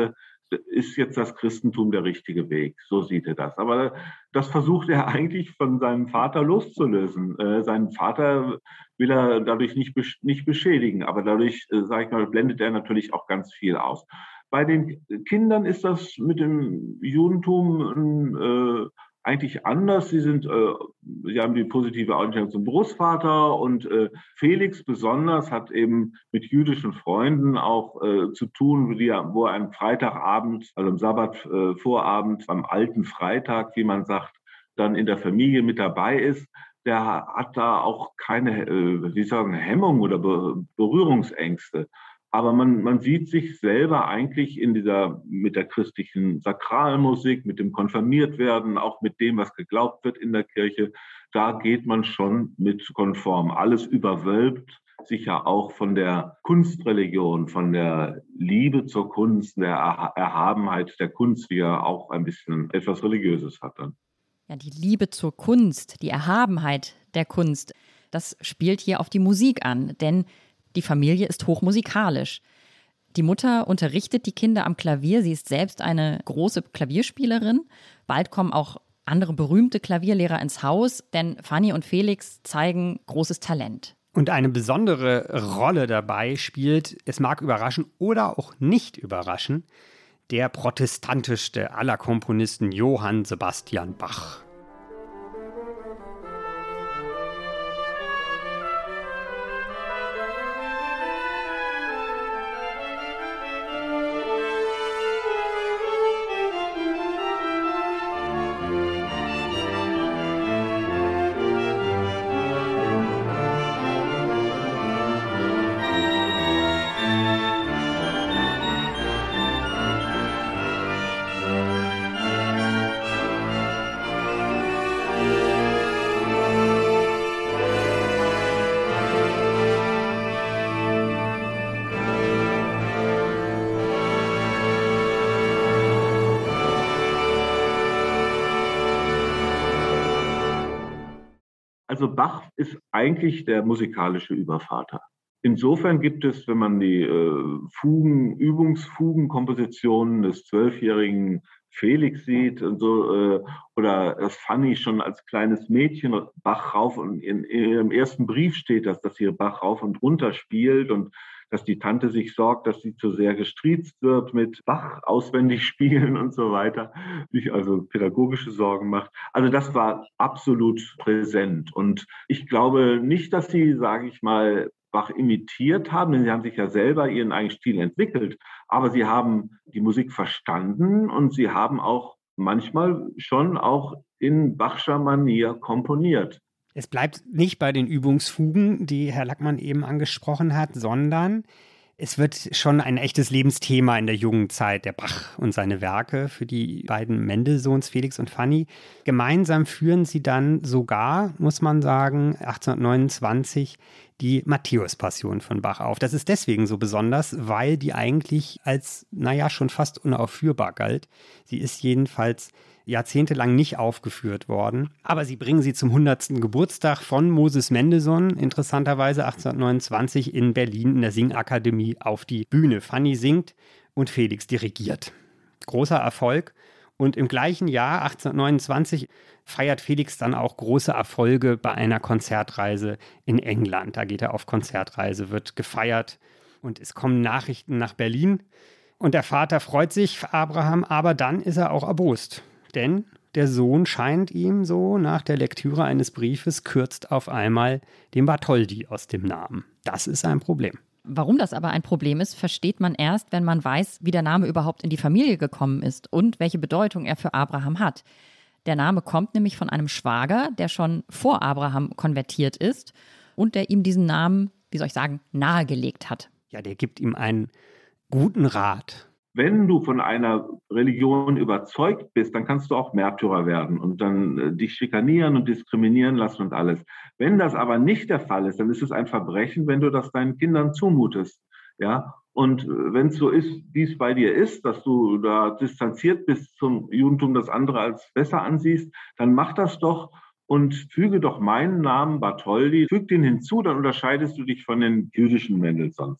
ist jetzt das Christentum der richtige Weg. So sieht er das. Aber das versucht er eigentlich von seinem Vater loszulösen. Äh, seinen Vater will er dadurch nicht, nicht beschädigen, aber dadurch, äh, sage ich mal, blendet er natürlich auch ganz viel aus. Bei den Kindern ist das mit dem Judentum äh, eigentlich anders. Sie sind, äh, sie haben die positive Einstellung zum Großvater und äh, Felix besonders hat eben mit jüdischen Freunden auch äh, zu tun, die, wo er am Freitagabend, also am Sabbatvorabend, äh, am alten Freitag, wie man sagt, dann in der Familie mit dabei ist. Der hat da auch keine, äh, wie sagen, Hemmung oder Be- Berührungsängste. Aber man, man sieht sich selber eigentlich in dieser, mit der christlichen Sakralmusik, mit dem Konfirmiertwerden, auch mit dem, was geglaubt wird in der Kirche. Da geht man schon mit konform. Alles überwölbt sicher auch von der Kunstreligion, von der Liebe zur Kunst, der Erhabenheit der Kunst, die ja auch ein bisschen etwas Religiöses hat dann. Ja, die Liebe zur Kunst, die Erhabenheit der Kunst, das spielt hier auf die Musik an, denn die Familie ist hochmusikalisch. Die Mutter unterrichtet die Kinder am Klavier. Sie ist selbst eine große Klavierspielerin. Bald kommen auch andere berühmte Klavierlehrer ins Haus, denn Fanny und Felix zeigen großes Talent. Und eine besondere Rolle dabei spielt, es mag überraschen oder auch nicht überraschen, der protestantischste aller Komponisten Johann Sebastian Bach. Also Bach ist eigentlich der musikalische Übervater. Insofern gibt es, wenn man die äh, Fugen, Übungsfugenkompositionen des zwölfjährigen Felix sieht und so, äh, oder das Fanny schon als kleines Mädchen Bach rauf und in, in ihrem ersten Brief steht das, dass hier Bach rauf und runter spielt und dass die Tante sich sorgt, dass sie zu sehr gestriezt wird mit Bach auswendig spielen und so weiter, sich also pädagogische Sorgen macht. Also das war absolut präsent. Und ich glaube nicht, dass sie, sage ich mal, Bach imitiert haben, denn sie haben sich ja selber ihren eigenen Stil entwickelt. Aber sie haben die Musik verstanden und sie haben auch manchmal schon auch in Bachscher Manier komponiert. Es bleibt nicht bei den Übungsfugen, die Herr Lackmann eben angesprochen hat, sondern es wird schon ein echtes Lebensthema in der jungen Zeit, der Bach und seine Werke für die beiden Mendelssohns, Felix und Fanny. Gemeinsam führen sie dann sogar, muss man sagen, achtzehnhundertneunundzwanzig die Matthäus-Passion von Bach auf. Das ist deswegen so besonders, weil die eigentlich als, naja, schon fast unaufführbar galt. Sie ist jedenfalls jahrzehntelang nicht aufgeführt worden. Aber sie bringen sie zum hundertsten Geburtstag von Moses Mendelssohn, interessanterweise achtzehnhundertneunundzwanzig in Berlin in der Singakademie auf die Bühne. Fanny singt und Felix dirigiert. Großer Erfolg. Und im gleichen Jahr, achtzehnhundertneunundzwanzig, feiert Felix dann auch große Erfolge bei einer Konzertreise in England. Da geht er auf Konzertreise, wird gefeiert und es kommen Nachrichten nach Berlin. Und der Vater freut sich, Abraham, aber dann ist er auch erbost. Denn der Sohn scheint ihm so nach der Lektüre eines Briefes kürzt auf einmal den Bartholdy aus dem Namen. Das ist ein Problem. Warum das aber ein Problem ist, versteht man erst, wenn man weiß, wie der Name überhaupt in die Familie gekommen ist und welche Bedeutung er für Abraham hat. Der Name kommt nämlich von einem Schwager, der schon vor Abraham konvertiert ist und der ihm diesen Namen, wie soll ich sagen, nahegelegt hat. Ja, der gibt ihm einen guten Rat. Wenn du von einer Religion überzeugt bist, dann kannst du auch Märtyrer werden und dann äh, dich schikanieren und diskriminieren lassen und alles. Wenn das aber nicht der Fall ist, dann ist es ein Verbrechen, wenn du das deinen Kindern zumutest. Ja? Und äh, wenn es so ist, wie es bei dir ist, dass du da distanziert bist zum Judentum, das andere als besser ansiehst, dann mach das doch und füge doch meinen Namen Bartholdy, füg den hinzu, dann unterscheidest du dich von den jüdischen Mendelssohns.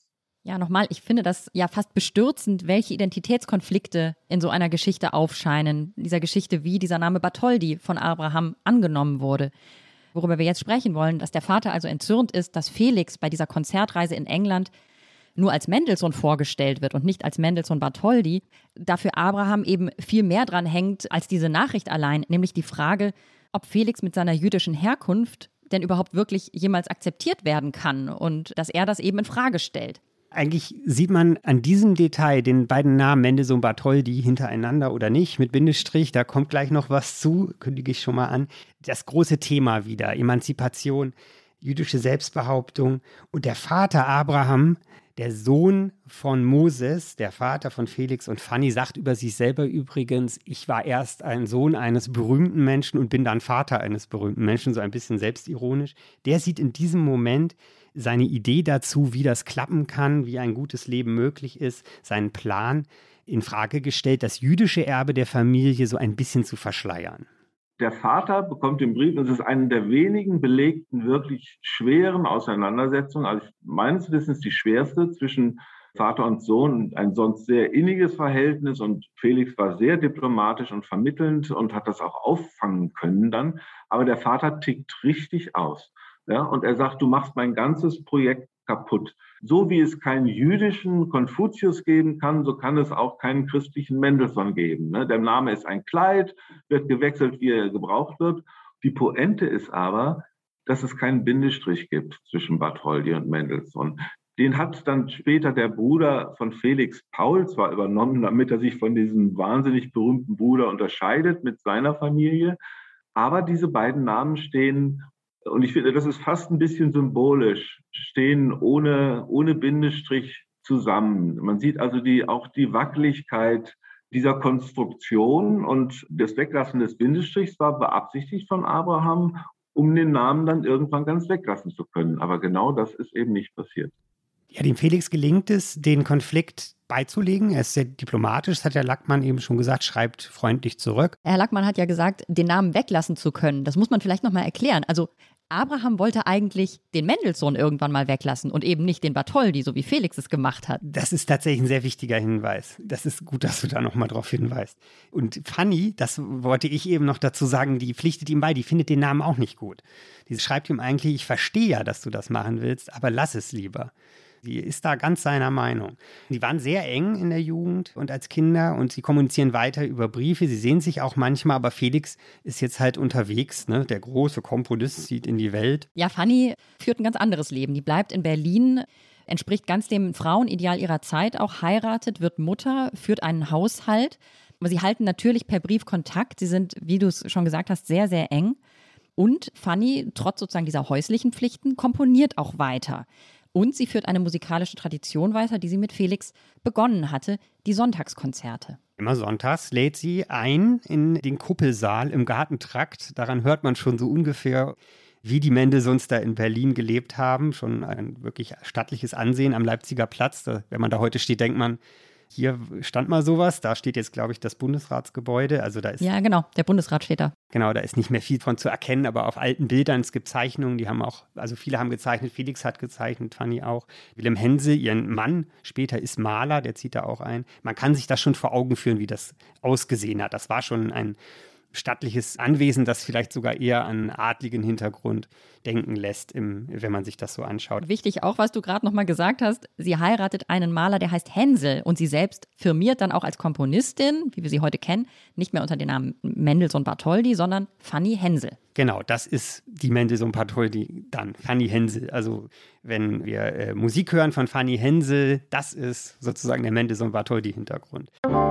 Ja, nochmal, ich finde das ja fast bestürzend, welche Identitätskonflikte in so einer Geschichte aufscheinen. Dieser Geschichte, wie dieser Name Bartholdy von Abraham angenommen wurde. Worüber wir jetzt sprechen wollen, dass der Vater also entzürnt ist, dass Felix bei dieser Konzertreise in England nur als Mendelssohn vorgestellt wird und nicht als Mendelssohn Bartholdy. Dafür Abraham eben viel mehr dran hängt als diese Nachricht allein, nämlich die Frage, ob Felix mit seiner jüdischen Herkunft denn überhaupt wirklich jemals akzeptiert werden kann und dass er das eben in Frage stellt. Eigentlich sieht man an diesem Detail den beiden Namen Mendelssohn Bartholdy hintereinander oder nicht, mit Bindestrich, da kommt gleich noch was zu, kündige ich schon mal an. Das große Thema wieder, Emanzipation, jüdische Selbstbehauptung und der Vater Abraham, der Sohn von Moses, der Vater von Felix und Fanny, sagt über sich selber übrigens, ich war erst ein Sohn eines berühmten Menschen und bin dann Vater eines berühmten Menschen, so ein bisschen selbstironisch. Der sieht in diesem Moment seine Idee dazu, wie das klappen kann, wie ein gutes Leben möglich ist, seinen Plan in Frage gestellt, das jüdische Erbe der Familie so ein bisschen zu verschleiern. Der Vater bekommt den Brief, und es ist eine der wenigen belegten, wirklich schweren Auseinandersetzungen, also meines Wissens die schwerste zwischen Vater und Sohn, und ein sonst sehr inniges Verhältnis, und Felix war sehr diplomatisch und vermittelnd und hat das auch auffangen können dann, aber der Vater tickt richtig aus. Ja, und er sagt, du machst mein ganzes Projekt kaputt. So wie es keinen jüdischen Konfuzius geben kann, so kann es auch keinen christlichen Mendelssohn geben. Ne? Der Name ist ein Kleid, wird gewechselt, wie er gebraucht wird. Die Pointe ist aber, dass es keinen Bindestrich gibt zwischen Bartholdy und Mendelssohn. Den hat dann später der Bruder von Felix, Paul, zwar übernommen, damit er sich von diesem wahnsinnig berühmten Bruder unterscheidet mit seiner Familie. Aber diese beiden Namen stehen, und ich finde, das ist fast ein bisschen symbolisch, stehen ohne, ohne Bindestrich zusammen. Man sieht also die, auch die Wackeligkeit dieser Konstruktion, und das Weglassen des Bindestrichs war beabsichtigt von Abraham, um den Namen dann irgendwann ganz weglassen zu können. Aber genau das ist eben nicht passiert. Ja, dem Felix gelingt es, den Konflikt beizulegen. Er ist sehr diplomatisch, das hat Herr Lackmann eben schon gesagt, schreibt freundlich zurück. Herr Lackmann hat ja gesagt, den Namen weglassen zu können. Das muss man vielleicht noch mal erklären. Also Abraham wollte eigentlich den Mendelssohn irgendwann mal weglassen und eben nicht den Bartholdy, so wie Felix es gemacht hat. Das ist tatsächlich ein sehr wichtiger Hinweis. Das ist gut, dass du da noch mal drauf hinweist. Und Fanny, das wollte ich eben noch dazu sagen, die pflichtet ihm bei, die findet den Namen auch nicht gut. Die schreibt ihm eigentlich, ich verstehe ja, dass du das machen willst, aber lass es lieber. Die ist da ganz seiner Meinung. Die waren sehr eng in der Jugend und als Kinder, und sie kommunizieren weiter über Briefe. Sie sehen sich auch manchmal, aber Felix ist jetzt halt unterwegs, ne? Der große Komponist zieht in die Welt. Ja, Fanny führt ein ganz anderes Leben. Die bleibt in Berlin, entspricht ganz dem Frauenideal ihrer Zeit, auch heiratet, wird Mutter, führt einen Haushalt. Aber sie halten natürlich per Brief Kontakt. Sie sind, wie du es schon gesagt hast, sehr, sehr eng. Und Fanny, trotz sozusagen dieser häuslichen Pflichten, komponiert auch weiter. Und sie führt eine musikalische Tradition weiter, die sie mit Felix begonnen hatte, die Sonntagskonzerte. Immer sonntags lädt sie ein in den Kuppelsaal im Gartentrakt. Daran hört man schon so ungefähr, wie die Mendelssohns da in Berlin gelebt haben. Schon ein wirklich stattliches Ansehen am Leipziger Platz. Da, wenn man da heute steht, denkt man, hier stand mal sowas. Da steht jetzt, glaube ich, das Bundesratsgebäude. Also da ist, ja, genau, der Bundesrat steht da. Genau, da ist nicht mehr viel von zu erkennen, aber auf alten Bildern, es gibt Zeichnungen, die haben auch, also viele haben gezeichnet, Felix hat gezeichnet, Fanny auch. Wilhelm Hense, ihren Mann, später ist Maler, der zieht da auch ein. Man kann sich das schon vor Augen führen, wie das ausgesehen hat. Das war schon ein stattliches Anwesen, das vielleicht sogar eher an adligen Hintergrund denken lässt, im, wenn man sich das so anschaut. Wichtig auch, was du gerade noch mal gesagt hast, sie heiratet einen Maler, der heißt Hensel, und sie selbst firmiert dann auch als Komponistin, wie wir sie heute kennen, nicht mehr unter dem Namen Mendelssohn Bartholdy, sondern Fanny Hensel. Genau, das ist die Mendelssohn Bartholdy dann, Fanny Hensel. Also wenn wir äh, Musik hören von Fanny Hensel, das ist sozusagen der Mendelssohn Bartholdy Hintergrund.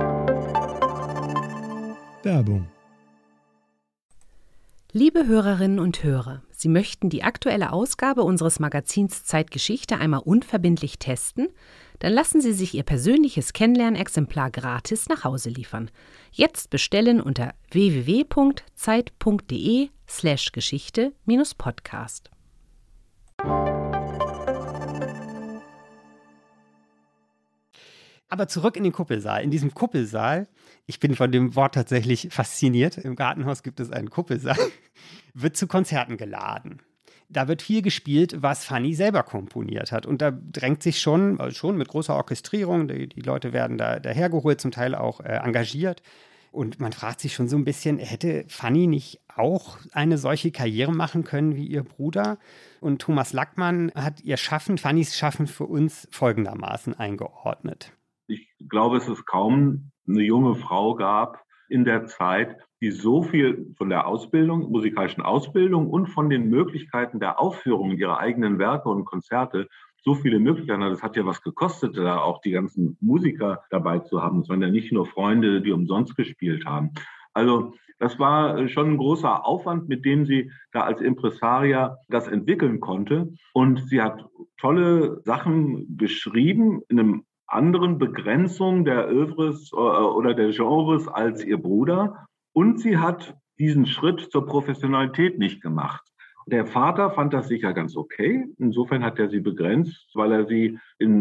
Werbung. Liebe Hörerinnen und Hörer, Sie möchten die aktuelle Ausgabe unseres Magazins Zeitgeschichte einmal unverbindlich testen? Dann lassen Sie sich Ihr persönliches Kennenlernexemplar gratis nach Hause liefern. Jetzt bestellen unter w w w punkt zeit punkt de slash Geschichte minus Podcast. Aber zurück in den Kuppelsaal. In diesem Kuppelsaal, ich bin von dem Wort tatsächlich fasziniert, im Gartenhaus gibt es einen Kuppelsaal, wird zu Konzerten geladen. da wird viel gespielt, was Fanny selber komponiert hat. Und da drängt sich schon, also schon mit großer Orchestrierung, die, die Leute werden da dahergeholt, zum Teil auch äh, engagiert. Und man fragt sich schon so ein bisschen, hätte Fanny nicht auch eine solche Karriere machen können wie ihr Bruder? Und Thomas Lackmann hat ihr Schaffen, Fannys Schaffen für uns folgendermaßen eingeordnet. Ich glaube, es ist kaum eine junge Frau gab in der Zeit, die so viel von der Ausbildung, musikalischen Ausbildung und von den Möglichkeiten der Aufführung ihrer eigenen Werke und Konzerte so viele Möglichkeiten hat. Das hat ja was gekostet, da auch die ganzen Musiker dabei zu haben. Es waren ja nicht nur Freunde, die umsonst gespielt haben. Also das war schon ein großer Aufwand, mit dem sie da als Impresaria das entwickeln konnte. Und sie hat tolle Sachen geschrieben in einem anderen Begrenzung der Œuvres oder der Genres als ihr Bruder. Und sie hat diesen Schritt zur Professionalität nicht gemacht. Der Vater fand das sicher ganz okay. Insofern hat er sie begrenzt, weil er sie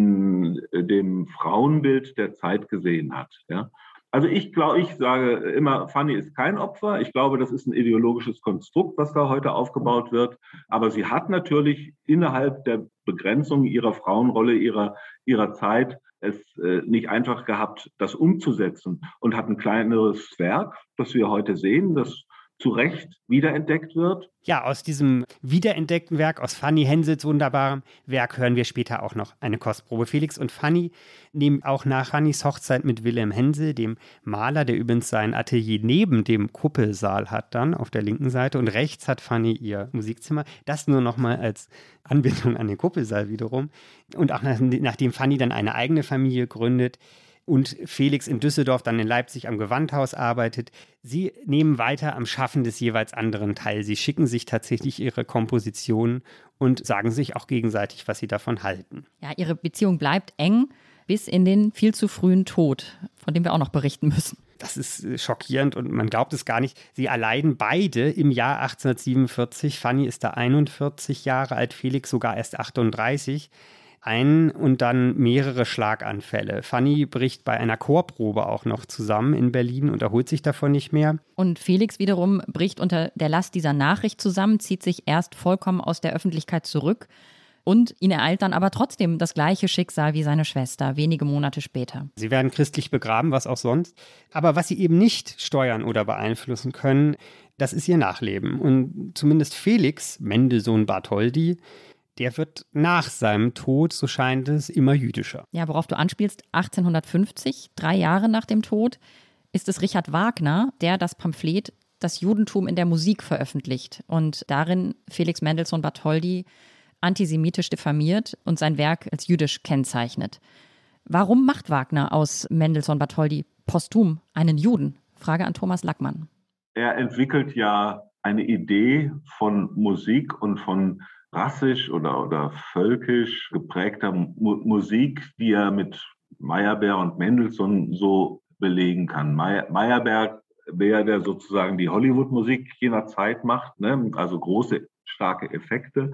in dem Frauenbild der Zeit gesehen hat. Ja. Also ich glaube, ich sage immer, Fanny ist kein Opfer. Ich glaube, das ist ein ideologisches Konstrukt, was da heute aufgebaut wird. Aber sie hat natürlich innerhalb der Begrenzung ihrer Frauenrolle, ihrer, ihrer Zeit es äh, nicht einfach gehabt, das umzusetzen und hat ein kleineres Werk, das wir heute sehen, das zu Recht wiederentdeckt wird. Ja, aus diesem wiederentdeckten Werk, aus Fanny Hensels wunderbarem Werk, hören wir später auch noch eine Kostprobe. Felix und Fanny nehmen auch nach Fannys Hochzeit mit Wilhelm Hensel, dem Maler, der übrigens sein Atelier neben dem Kuppelsaal hat, dann auf der linken Seite, und rechts hat Fanny ihr Musikzimmer. Das nur noch mal als Anbindung an den Kuppelsaal wiederum. Und auch nach, nachdem Fanny dann eine eigene Familie gründet, und Felix in Düsseldorf, dann in Leipzig am Gewandhaus arbeitet. Sie nehmen weiter am Schaffen des jeweils anderen teil. Sie schicken sich tatsächlich ihre Kompositionen und sagen sich auch gegenseitig, was sie davon halten. Ja, ihre Beziehung bleibt eng bis in den viel zu frühen Tod, von dem wir auch noch berichten müssen. Das ist schockierend und man glaubt es gar nicht. Sie erleiden beide im Jahr achtzehnhundertsiebenundvierzig. Fanny ist da einundvierzig Jahre alt, Felix sogar erst achtunddreißig. Ein und dann mehrere Schlaganfälle. Fanny bricht bei einer Chorprobe auch noch zusammen in Berlin und erholt sich davon nicht mehr. Und Felix wiederum bricht unter der Last dieser Nachricht zusammen, zieht sich erst vollkommen aus der Öffentlichkeit zurück und ihn ereilt dann aber trotzdem das gleiche Schicksal wie seine Schwester, wenige Monate später. Sie werden christlich begraben, was auch sonst. Aber was sie eben nicht steuern oder beeinflussen können, das ist ihr Nachleben. Und zumindest Felix, Mendelssohn Bartholdy, der wird nach seinem Tod, so scheint es, immer jüdischer. Ja, worauf du anspielst, achtzehnhundertfünfzig, drei Jahre nach dem Tod, ist es Richard Wagner, der das Pamphlet Das Judentum in der Musik veröffentlicht und darin Felix Mendelssohn Bartholdy antisemitisch diffamiert und sein Werk als jüdisch kennzeichnet. Warum macht Wagner aus Mendelssohn Bartholdy posthum einen Juden? Frage an Thomas Lackmann. Er entwickelt ja eine Idee von Musik und von rassisch oder, oder völkisch geprägter Mu- Musik, die er mit Meyerbeer und Mendelssohn so belegen kann. Mey- Meyerbeer wäre der sozusagen die Hollywood-Musik jener Zeit macht, ne? Also große, starke Effekte.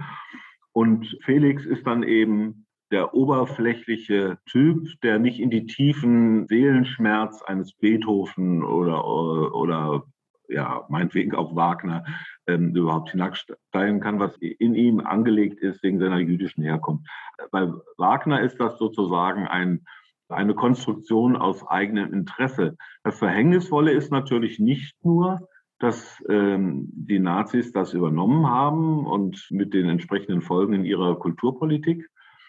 Und Felix ist dann eben der oberflächliche Typ, der nicht in die tiefen Seelenschmerz eines Beethoven oder, oder ja, meinetwegen auch Wagner ähm, überhaupt hinabsteigen kann, was in ihm angelegt ist wegen seiner jüdischen Herkunft. Bei Wagner ist das sozusagen ein, eine Konstruktion aus eigenem Interesse. Das Verhängnisvolle ist natürlich nicht nur, dass ähm, die Nazis das übernommen haben und mit den entsprechenden Folgen in ihrer Kulturpolitik,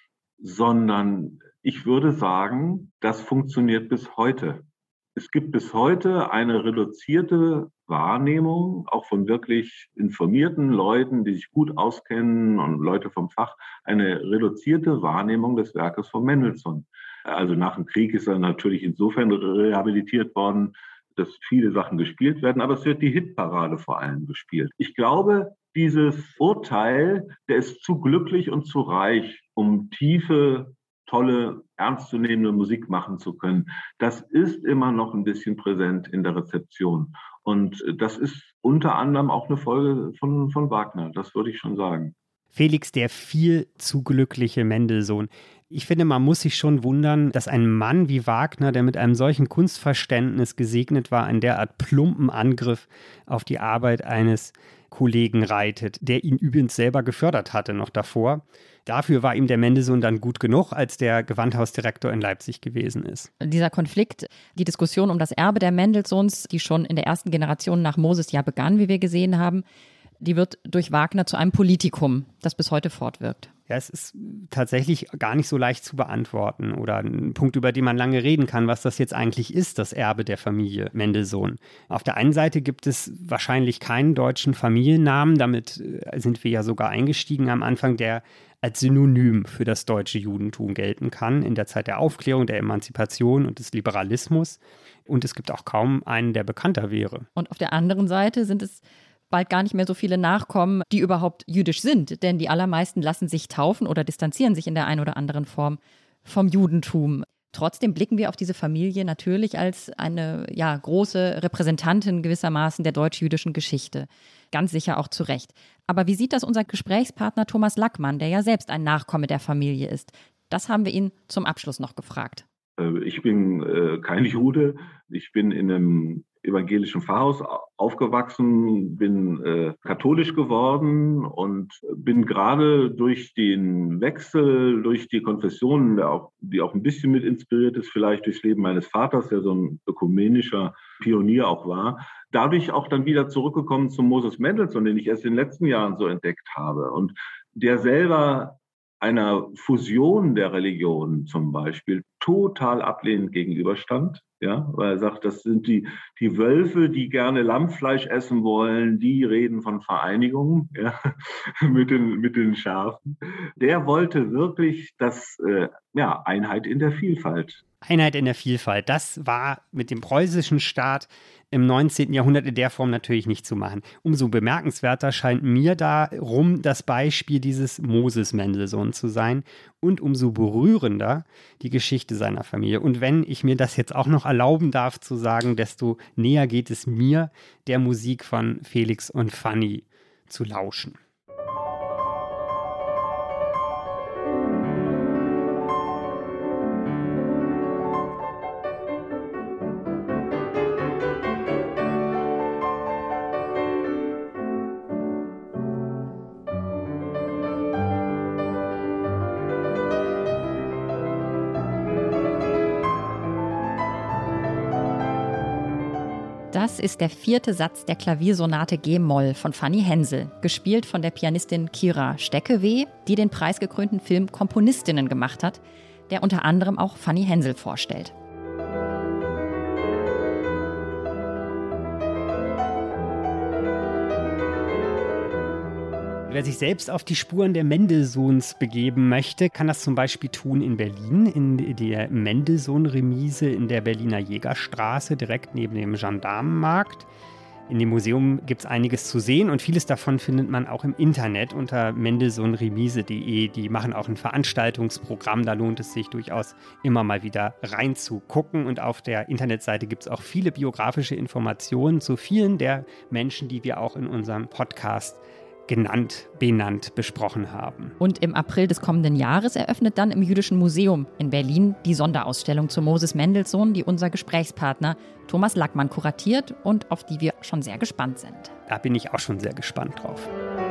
sondern ich würde sagen, das funktioniert bis heute. Es gibt bis heute eine reduzierte Wahrnehmung, auch von wirklich informierten Leuten, die sich gut auskennen und Leute vom Fach, eine reduzierte Wahrnehmung des Werkes von Mendelssohn. Also nach dem Krieg ist er natürlich insofern rehabilitiert worden, dass viele Sachen gespielt werden, aber es wird die Hitparade vor allem gespielt. Ich glaube, dieses Urteil, der ist zu glücklich und zu reich, um tiefe, tolle, ernstzunehmende Musik machen zu können. Das ist immer noch ein bisschen präsent in der Rezeption. Und das ist unter anderem auch eine Folge von, von Wagner, das würde ich schon sagen. Felix, der viel zu glückliche Mendelssohn. Ich finde, man muss sich schon wundern, dass ein Mann wie Wagner, der mit einem solchen Kunstverständnis gesegnet war, einen derart plumpen Angriff auf die Arbeit eines Kollegen reitet, der ihn übrigens selber gefördert hatte noch davor. Dafür war ihm der Mendelssohn dann gut genug, als der Gewandhausdirektor in Leipzig gewesen ist. Dieser Konflikt, die Diskussion um das Erbe der Mendelssohns, die schon in der ersten Generation nach Moses ja begann, wie wir gesehen haben, die wird durch Wagner zu einem Politikum, das bis heute fortwirkt. Ja, es ist tatsächlich gar nicht so leicht zu beantworten oder ein Punkt, über den man lange reden kann, was das jetzt eigentlich ist, das Erbe der Familie Mendelssohn. Auf der einen Seite gibt es wahrscheinlich keinen deutschen Familiennamen, damit sind wir ja sogar eingestiegen am Anfang, der als Synonym für das deutsche Judentum gelten kann, in der Zeit der Aufklärung, der Emanzipation und des Liberalismus. Und es gibt auch kaum einen, der bekannter wäre. Und auf der anderen Seite sind es bald gar nicht mehr so viele Nachkommen, die überhaupt jüdisch sind. Denn die allermeisten lassen sich taufen oder distanzieren sich in der einen oder anderen Form vom Judentum. Trotzdem blicken wir auf diese Familie natürlich als eine ja, große Repräsentantin gewissermaßen der deutsch-jüdischen Geschichte. Ganz sicher auch zu Recht. Aber wie sieht das unser Gesprächspartner Thomas Lackmann, der ja selbst ein Nachkomme der Familie ist? Das haben wir ihn zum Abschluss noch gefragt. Ich bin äh, kein Jude. Ich bin in einem evangelischen Pfarrhaus aufgewachsen, bin äh, katholisch geworden und bin gerade durch den Wechsel, durch die Konfessionen, der auch, die auch ein bisschen mit inspiriert ist, vielleicht durchs Leben meines Vaters, der so ein ökumenischer Pionier auch war, dadurch auch dann wieder zurückgekommen zum Moses Mendelssohn, den ich erst in den letzten Jahren so entdeckt habe und der selber einer Fusion der Religionen zum Beispiel total ablehnend gegenüberstand, ja, weil er sagt, das sind die, die Wölfe, die gerne Lammfleisch essen wollen, die reden von Vereinigung, ja, mit den, mit den Schafen. Der wollte wirklich das, äh, ja, Einheit in der Vielfalt. Einheit in der Vielfalt, das war mit dem preußischen Staat im neunzehnten Jahrhundert in der Form natürlich nicht zu machen. Umso bemerkenswerter scheint mir darum das Beispiel dieses Moses Mendelssohn zu sein und umso berührender die Geschichte seiner Familie. Und wenn ich mir das jetzt auch noch erlauben darf zu sagen, desto näher geht es mir, der Musik von Felix und Fanny zu lauschen. Das ist der vierte Satz der Klaviersonate G-Moll von Fanny Hensel, gespielt von der Pianistin Kira Steckeweh, die den preisgekrönten Film Komponistinnen gemacht hat, der unter anderem auch Fanny Hensel vorstellt. Wer sich selbst auf die Spuren der Mendelssohns begeben möchte, kann das zum Beispiel tun in Berlin, in der Mendelssohn-Remise in der Berliner Jägerstraße, direkt neben dem Gendarmenmarkt. In dem Museum gibt es einiges zu sehen und vieles davon findet man auch im Internet unter mendelssohnremise punkt de. Die machen auch ein Veranstaltungsprogramm, da lohnt es sich durchaus immer mal wieder reinzugucken. Und auf der Internetseite gibt es auch viele biografische Informationen zu vielen der Menschen, die wir auch in unserem Podcast genannt, benannt, besprochen haben. Und im April des kommenden Jahres eröffnet dann im Jüdischen Museum in Berlin die Sonderausstellung zu Moses Mendelssohn, die unser Gesprächspartner Thomas Lackmann kuratiert und auf die wir schon sehr gespannt sind. Da bin ich auch schon sehr gespannt drauf.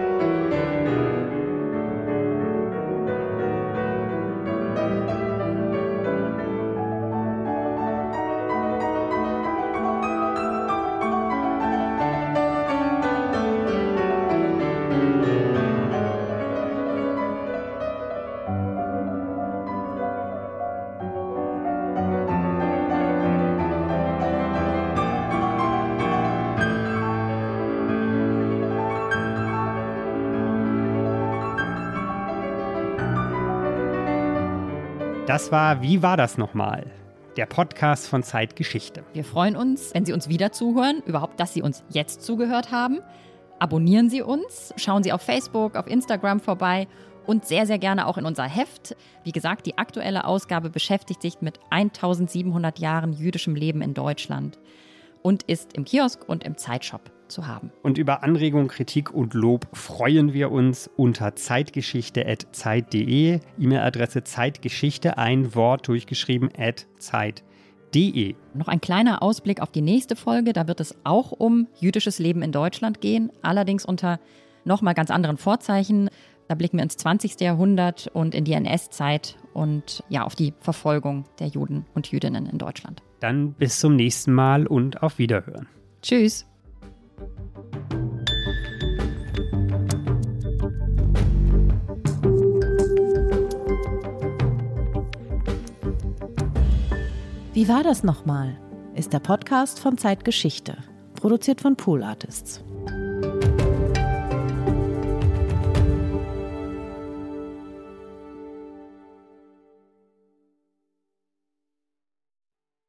Das war Wie war das nochmal? Der Podcast von Zeitgeschichte. Wir freuen uns, wenn Sie uns wieder zuhören, überhaupt, dass Sie uns jetzt zugehört haben. Abonnieren Sie uns, schauen Sie auf Facebook, auf Instagram vorbei und sehr, sehr gerne auch in unser Heft. Wie gesagt, die aktuelle Ausgabe beschäftigt sich mit eintausendsiebenhundert Jahren jüdischem Leben in Deutschland und ist im Kiosk und im Zeitshop zu haben. Und über Anregung, Kritik und Lob freuen wir uns unter zeitgeschichte at zeit punkt de, E-Mail-Adresse zeitgeschichte, ein Wort durchgeschrieben, at zeit punkt de. Noch ein kleiner Ausblick auf die nächste Folge, da wird es auch um jüdisches Leben in Deutschland gehen, allerdings unter nochmal ganz anderen Vorzeichen. Da blicken wir ins zwanzigste Jahrhundert und in die N S-Zeit und ja, auf die Verfolgung der Juden und Jüdinnen in Deutschland. Dann bis zum nächsten Mal und auf Wiederhören. Tschüss. Wie war das nochmal? Ist der Podcast von Zeitgeschichte, produziert von Pool Artists.